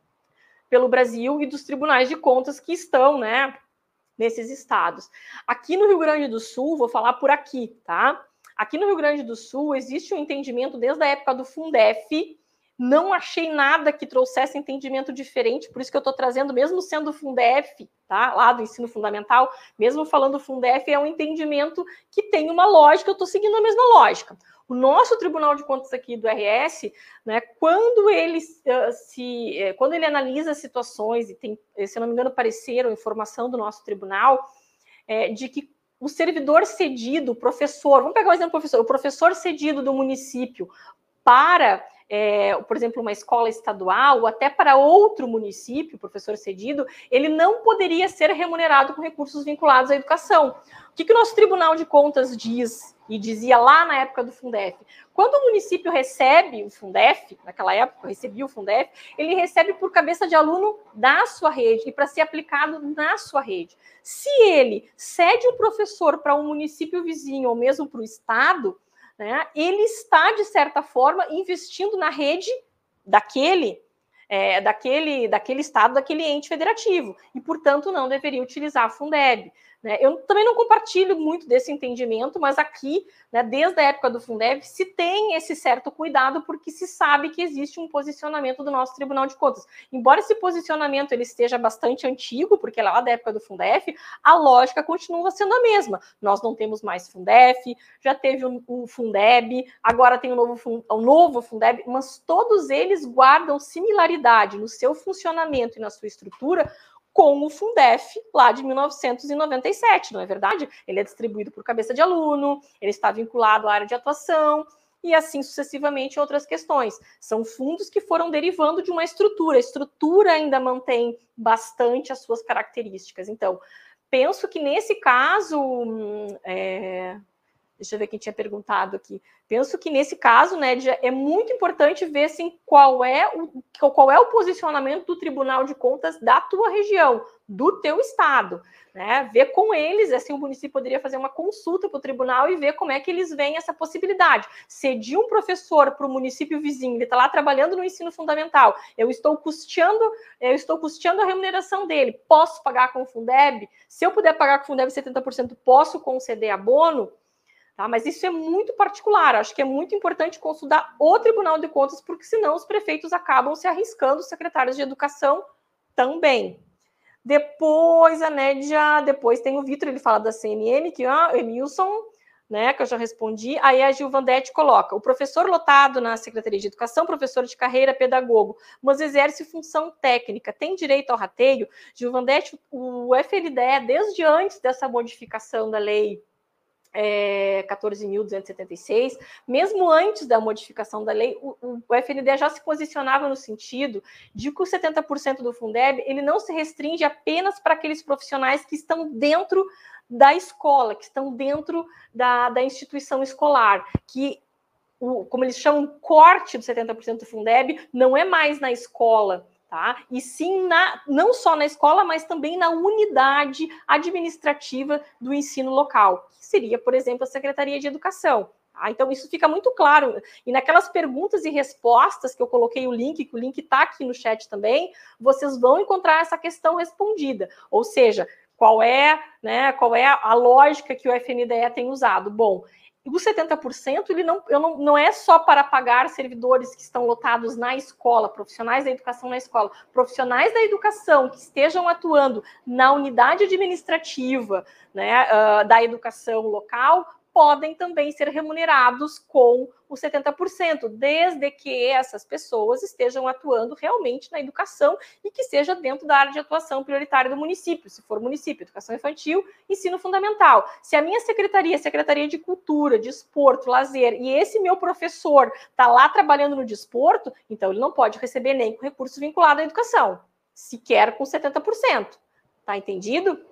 pelo Brasil e dos tribunais de contas que estão, né, nesses estados. Aqui no Rio Grande do Sul, vou falar por aqui, tá? Aqui no Rio Grande do Sul existe um entendimento desde a época do Fundef, não achei nada que trouxesse entendimento diferente, por isso que eu estou trazendo, mesmo sendo Fundef, tá? Lá do ensino fundamental, mesmo falando Fundef, é um entendimento que tem uma lógica, eu estou seguindo a mesma lógica. O nosso Tribunal de Contas aqui do R S, né, quando ele uh, se, eh, quando ele analisa situações, e tem, se eu não me engano, pareceram informação do nosso tribunal, é, de que o servidor cedido, o professor, vamos pegar o exemplo do professor, o professor cedido do município para, é, por exemplo, uma escola estadual, ou até para outro município, professor cedido, ele não poderia ser remunerado com recursos vinculados à educação. O que, que o nosso Tribunal de Contas diz, e dizia lá na época do Fundef? Quando o município recebe o Fundef, naquela época recebia o Fundef, ele recebe por cabeça de aluno da sua rede, e para ser aplicado na sua rede. Se ele cede um professor para um município vizinho, ou mesmo para o estado, né, ele está, de certa forma, investindo na rede daquele, é, daquele, daquele estado, daquele ente federativo, e, portanto, não deveria utilizar a Fundeb. Né? Eu também não compartilho muito desse entendimento, mas aqui, né, desde a época do Fundeb, se tem esse certo cuidado, porque se sabe que existe um posicionamento do nosso Tribunal de Contas. Embora esse posicionamento ele esteja bastante antigo, porque lá da época do Fundef, a lógica continua sendo a mesma. Nós não temos mais Fundef, já teve o, o Fundeb, agora tem o novo, o novo Fundeb, mas todos eles guardam similaridade no seu funcionamento e na sua estrutura com o Fundef lá de mil novecentos e noventa e sete, não é verdade? Ele é distribuído por cabeça de aluno, ele está vinculado à área de atuação e assim sucessivamente outras questões. São fundos que foram derivando de uma estrutura. A estrutura ainda mantém bastante as suas características. Então, penso que nesse caso... É... Deixa eu ver quem tinha perguntado aqui. Penso que nesse caso, né, é muito importante ver assim, qual, é o, qual é o posicionamento do Tribunal de Contas da tua região, do teu estado. Né? Ver com eles, assim, o município poderia fazer uma consulta para o tribunal e ver como é que eles veem essa possibilidade. Cedir um professor para o município vizinho, ele está lá trabalhando no ensino fundamental, eu estou custeando, eu estou custeando a remuneração dele, posso pagar com o Fundeb? Se eu puder pagar com o Fundeb setenta por cento, posso conceder abono? Tá? Mas isso é muito particular, acho que é muito importante consultar o Tribunal de Contas, porque senão os prefeitos acabam se arriscando, os secretários de educação também. Depois, a Nédia, depois tem o Vitor, ele fala da C N M, que ah, Emilson, né, que eu já respondi. Aí a Gilvandete coloca, o professor lotado na Secretaria de Educação, professor de carreira, pedagogo, mas exerce função técnica, tem direito ao rateio? Gilvandete, o F L D E, desde antes dessa modificação da lei É, quatorze mil duzentos e setenta e seis, mesmo antes da modificação da lei, o, o F N D E já se posicionava no sentido de que o setenta por cento do Fundeb ele não se restringe apenas para aqueles profissionais que estão dentro da escola, que estão dentro da, da instituição escolar, que, o, como eles chamam, o corte do setenta por cento do Fundeb não é mais na escola, tá? E sim, na, não só na escola, mas também na unidade administrativa do ensino local, que seria, por exemplo, a Secretaria de Educação. Tá? Então, isso fica muito claro. E naquelas perguntas e respostas que eu coloquei o link, que o link está aqui no chat também, vocês vão encontrar essa questão respondida. Ou seja, qual é, né, qual é a lógica que o F N D E tem usado? Bom, o setenta por cento ele não, eu não, não é só para pagar servidores que estão lotados na escola, profissionais da educação na escola, profissionais da educação que estejam atuando na unidade administrativa, né, uh, da educação local, podem também ser remunerados com os setenta por cento, desde que essas pessoas estejam atuando realmente na educação e que seja dentro da área de atuação prioritária do município, se for município, educação infantil, ensino fundamental. Se a minha secretaria, Secretaria de Cultura, Desporto, Lazer, e esse meu professor está lá trabalhando no desporto, então ele não pode receber nem com recurso vinculado à educação, sequer com setenta por cento. Tá entendido?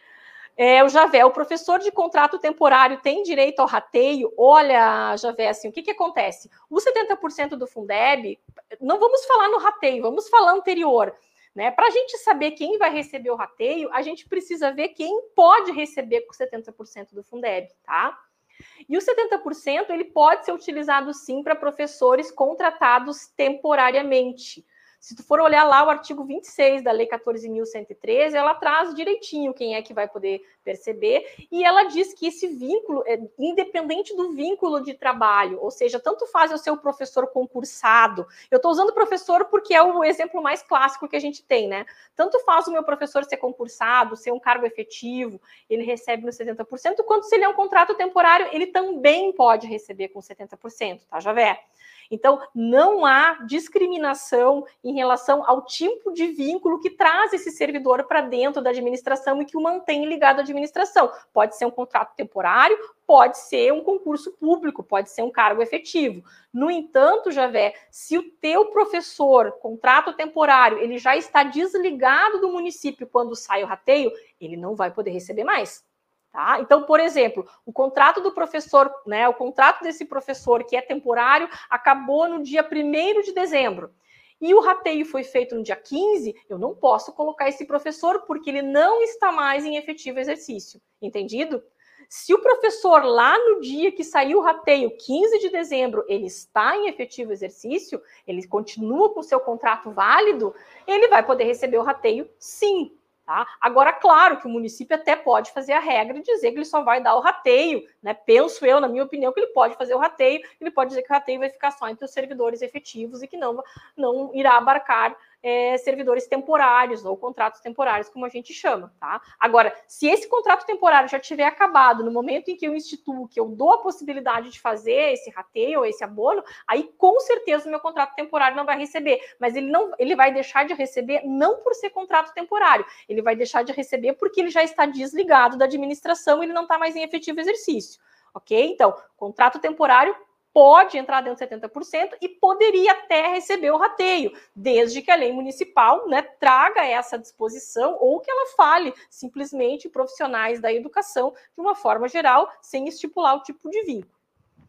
É, o Javé, o professor de contrato temporário tem direito ao rateio? Olha, Javé, assim, o que, que acontece? O setenta por cento do Fundeb, não vamos falar no rateio, vamos falar anterior. Né? Para a gente saber quem vai receber o rateio, a gente precisa ver quem pode receber com setenta por cento do Fundeb, tá? E o setenta por cento ele pode ser utilizado sim para professores contratados temporariamente. Se tu for olhar lá o artigo vinte e seis da Lei quatorze mil cento e treze, ela traz direitinho quem é que vai poder perceber, e ela diz que esse vínculo é independente do vínculo de trabalho, ou seja, tanto faz eu ser o professor concursado, eu estou usando professor porque é o exemplo mais clássico que a gente tem, né? Tanto faz o meu professor ser concursado, ser um cargo efetivo, ele recebe no setenta por cento, quanto se ele é um contrato temporário, ele também pode receber com setenta por cento, tá, Javé? Então, não há discriminação em relação ao tipo de vínculo que traz esse servidor para dentro da administração e que o mantém ligado à administração. Pode ser um contrato temporário, pode ser um concurso público, pode ser um cargo efetivo. No entanto, Javé, se o teu professor, contrato temporário, ele já está desligado do município quando sai o rateio, ele não vai poder receber mais. Tá? Então, por exemplo, o contrato do professor, né, o contrato desse professor que é temporário acabou no dia primeiro de dezembro e o rateio foi feito no dia quinze, eu não posso colocar esse professor porque ele não está mais em efetivo exercício, entendido? Se o professor lá no dia que saiu o rateio, quinze de dezembro, ele está em efetivo exercício, ele continua com o seu contrato válido, ele vai poder receber o rateio sim. Tá? Agora, claro que o município até pode fazer a regra e dizer que ele só vai dar o rateio, né? Penso eu, na minha opinião, que ele pode fazer o rateio, ele pode dizer que o rateio vai ficar só entre os servidores efetivos e que não, não irá abarcar é, servidores temporários ou contratos temporários, como a gente chama. Tá? Agora, se esse contrato temporário já tiver acabado no momento em que eu instituo, que eu dou a possibilidade de fazer esse rateio ou esse abono, aí com certeza o meu contrato temporário não vai receber, mas ele, não, ele vai deixar de receber não por ser contrato temporário, ele vai deixar de receber porque ele já está desligado da administração e ele não está mais em efetivo exercício, ok? Então, contrato temporário pode entrar dentro de setenta por cento e poderia até receber o rateio, desde que a lei municipal, né, traga essa disposição ou que ela fale simplesmente profissionais da educação de uma forma geral, sem estipular o tipo de vínculo.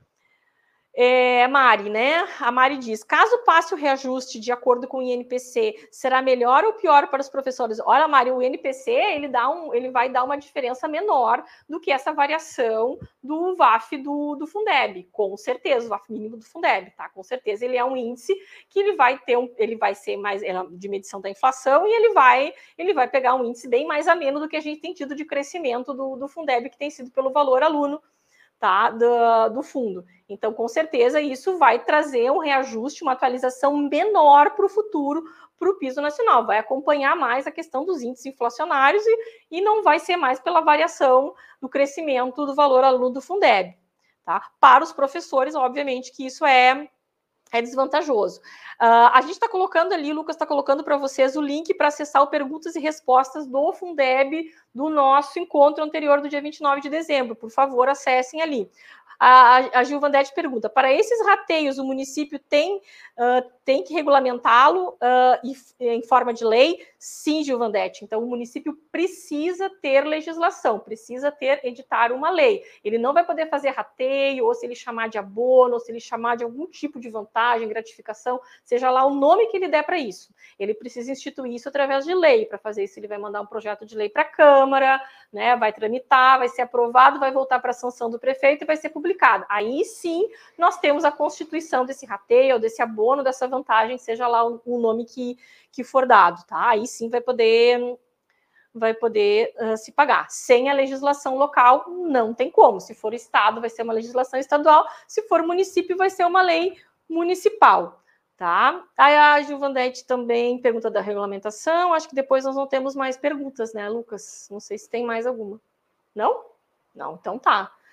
É, Mari, né? A Mari diz, caso passe o reajuste de acordo com o I N P C, será melhor ou pior para os professores? Olha, Mari, o I N P C, ele, dá um, ele vai dar uma diferença menor do que essa variação do V A F do, do Fundeb, com certeza, o V A F mínimo do Fundeb, tá? Com certeza ele é um índice que ele vai ter, um, ele vai ser mais de medição da inflação e ele vai, ele vai pegar um índice bem mais ameno do que a gente tem tido de crescimento do, do Fundeb, que tem sido pelo valor aluno, tá, do, do fundo. Então, com certeza, isso vai trazer um reajuste, uma atualização menor para o futuro, para o piso nacional. Vai acompanhar mais a questão dos índices inflacionários e, e não vai ser mais pela variação do crescimento do valor aluno do Fundeb. Tá? Para os professores, obviamente, que isso é, é desvantajoso. Uh, a gente está colocando ali, o Lucas está colocando para vocês o link para acessar o perguntas e respostas do Fundeb do nosso encontro anterior do dia vinte e nove de dezembro. Por favor, acessem ali. A, a Gilvandete pergunta, para esses rateios o município tem, uh, tem que regulamentá-lo uh, em forma de lei? Sim, Gilvandete. Então, o município precisa ter legislação, precisa ter, editar uma lei. Ele não vai poder fazer rateio, ou se ele chamar de abono, ou se ele chamar de algum tipo de vantagem, gratificação, seja lá o nome que ele der para isso. Ele precisa instituir isso através de lei. Para fazer isso, ele vai mandar um projeto de lei para a Câmara, né, vai tramitar, vai ser aprovado, vai voltar para a sanção do prefeito e vai ser publicado. Aí sim, nós temos a constituição desse rateio, desse abono, dessa vantagem, seja lá o, o nome que, que for dado, tá? Aí sim vai poder, vai poder uh, se pagar. Sem a legislação local, não tem como. Se for estado, vai ser uma legislação estadual. Se for município, vai ser uma lei municipal, tá? Aí a Gilvandete também pergunta da regulamentação. Acho que depois nós não temos mais perguntas, né, Lucas? Não sei se tem mais alguma. Não? Não, então tá.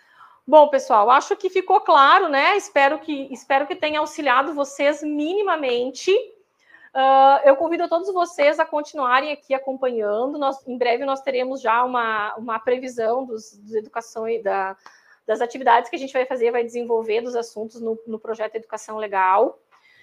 Bom, pessoal, acho que ficou claro, né? Espero que, espero que tenha auxiliado vocês minimamente. Uh, eu convido a todos vocês a continuarem aqui acompanhando. Nós, em breve nós teremos já uma, uma previsão dos, dos educação e da, das atividades que a gente vai fazer, vai desenvolver dos assuntos no, no projeto Educação Legal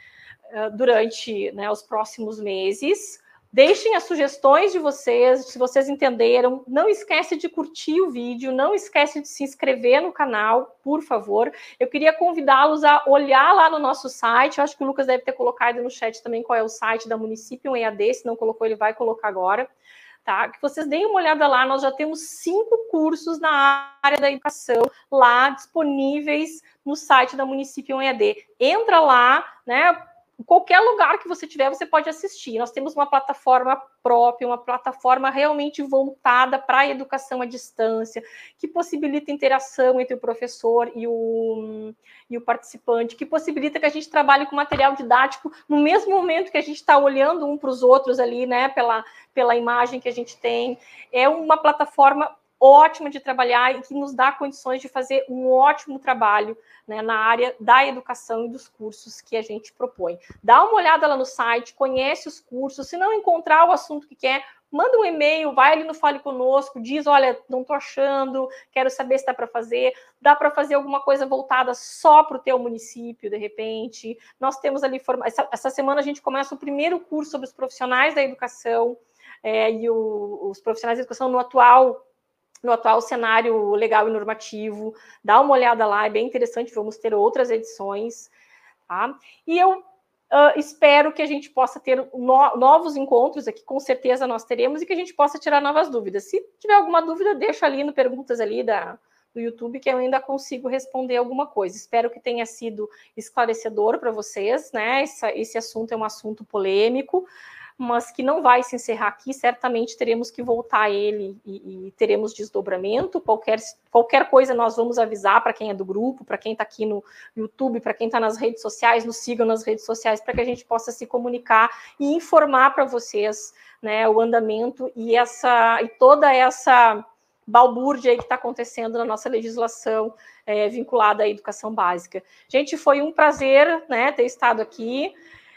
uh, durante, né, os próximos meses. Deixem as sugestões de vocês, se vocês entenderam. Não esquece de curtir o vídeo, não esquece de se inscrever no canal, por favor. Eu queria convidá-los a olhar lá no nosso site. Eu acho que o Lucas deve ter colocado no chat também qual é o site da Município E A D. Se não colocou, ele vai colocar agora. Tá? Que vocês deem uma olhada lá. Nós já temos cinco cursos na área da educação lá disponíveis no site da Município E A D. Entra lá, né? Qualquer lugar que você tiver, você pode assistir. Nós temos uma plataforma própria, uma plataforma realmente voltada para a educação à distância, que possibilita interação entre o professor e o, e o participante, que possibilita que a gente trabalhe com material didático no mesmo momento que a gente está olhando um para os outros ali, né, pela, pela imagem que a gente tem. É uma plataforma ótima de trabalhar e que nos dá condições de fazer um ótimo trabalho, né, na área da educação e dos cursos que a gente propõe. Dá uma olhada lá no site, conhece os cursos. Se não encontrar o assunto que quer, manda um e-mail, vai ali no Fale Conosco, diz, olha, não estou achando, quero saber se dá para fazer. Dá para fazer alguma coisa voltada só para o teu município, de repente. Nós temos ali, essa, essa semana a gente começa o primeiro curso sobre os profissionais da educação, é, e o, os profissionais da educação no atual no atual cenário legal e normativo. Dá uma olhada lá, é bem interessante, vamos ter outras edições. Tá? E eu uh, espero que a gente possa ter no, novos encontros aqui, com certeza nós teremos, e que a gente possa tirar novas dúvidas. Se tiver alguma dúvida, deixa ali no perguntas ali da, do YouTube, que eu ainda consigo responder alguma coisa. Espero que tenha sido esclarecedor para vocês, né? Esse, esse assunto é um assunto polêmico, mas que não vai se encerrar aqui, certamente teremos que voltar a ele e, e teremos desdobramento. Qualquer, qualquer coisa nós vamos avisar para quem é do grupo, para quem está aqui no YouTube, para quem está nas redes sociais, nos sigam nas redes sociais, para que a gente possa se comunicar e informar para vocês, né, o andamento e, essa, e toda essa balbúrdia aí que está acontecendo na nossa legislação é, vinculada à educação básica. Gente, foi um prazer, né, ter estado aqui.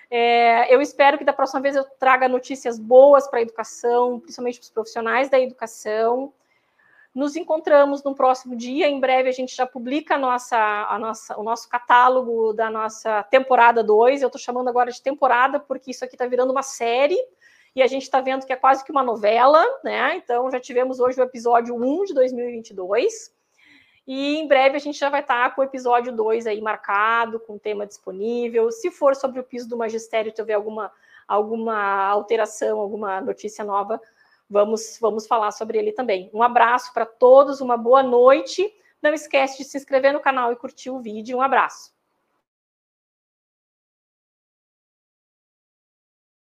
É, eu espero que da próxima vez eu traga notícias boas para a educação, principalmente para os profissionais da educação. Nos encontramos no próximo dia. Em breve a gente já publica a nossa, a nossa, o nosso catálogo da nossa temporada dois. Eu estou chamando agora de temporada porque isso aqui está virando uma série e a gente está vendo que é quase que uma novela, né? Então já tivemos hoje o episódio um de dois mil e vinte e dois. E em breve a gente já vai estar com o episódio dois aí marcado, com o tema disponível. Se for sobre o piso do magistério, se houver alguma, alguma alteração, alguma notícia nova, vamos, vamos falar sobre ele também. Um abraço para todos, uma boa noite. Não esquece de se inscrever no canal e curtir o vídeo. Um abraço.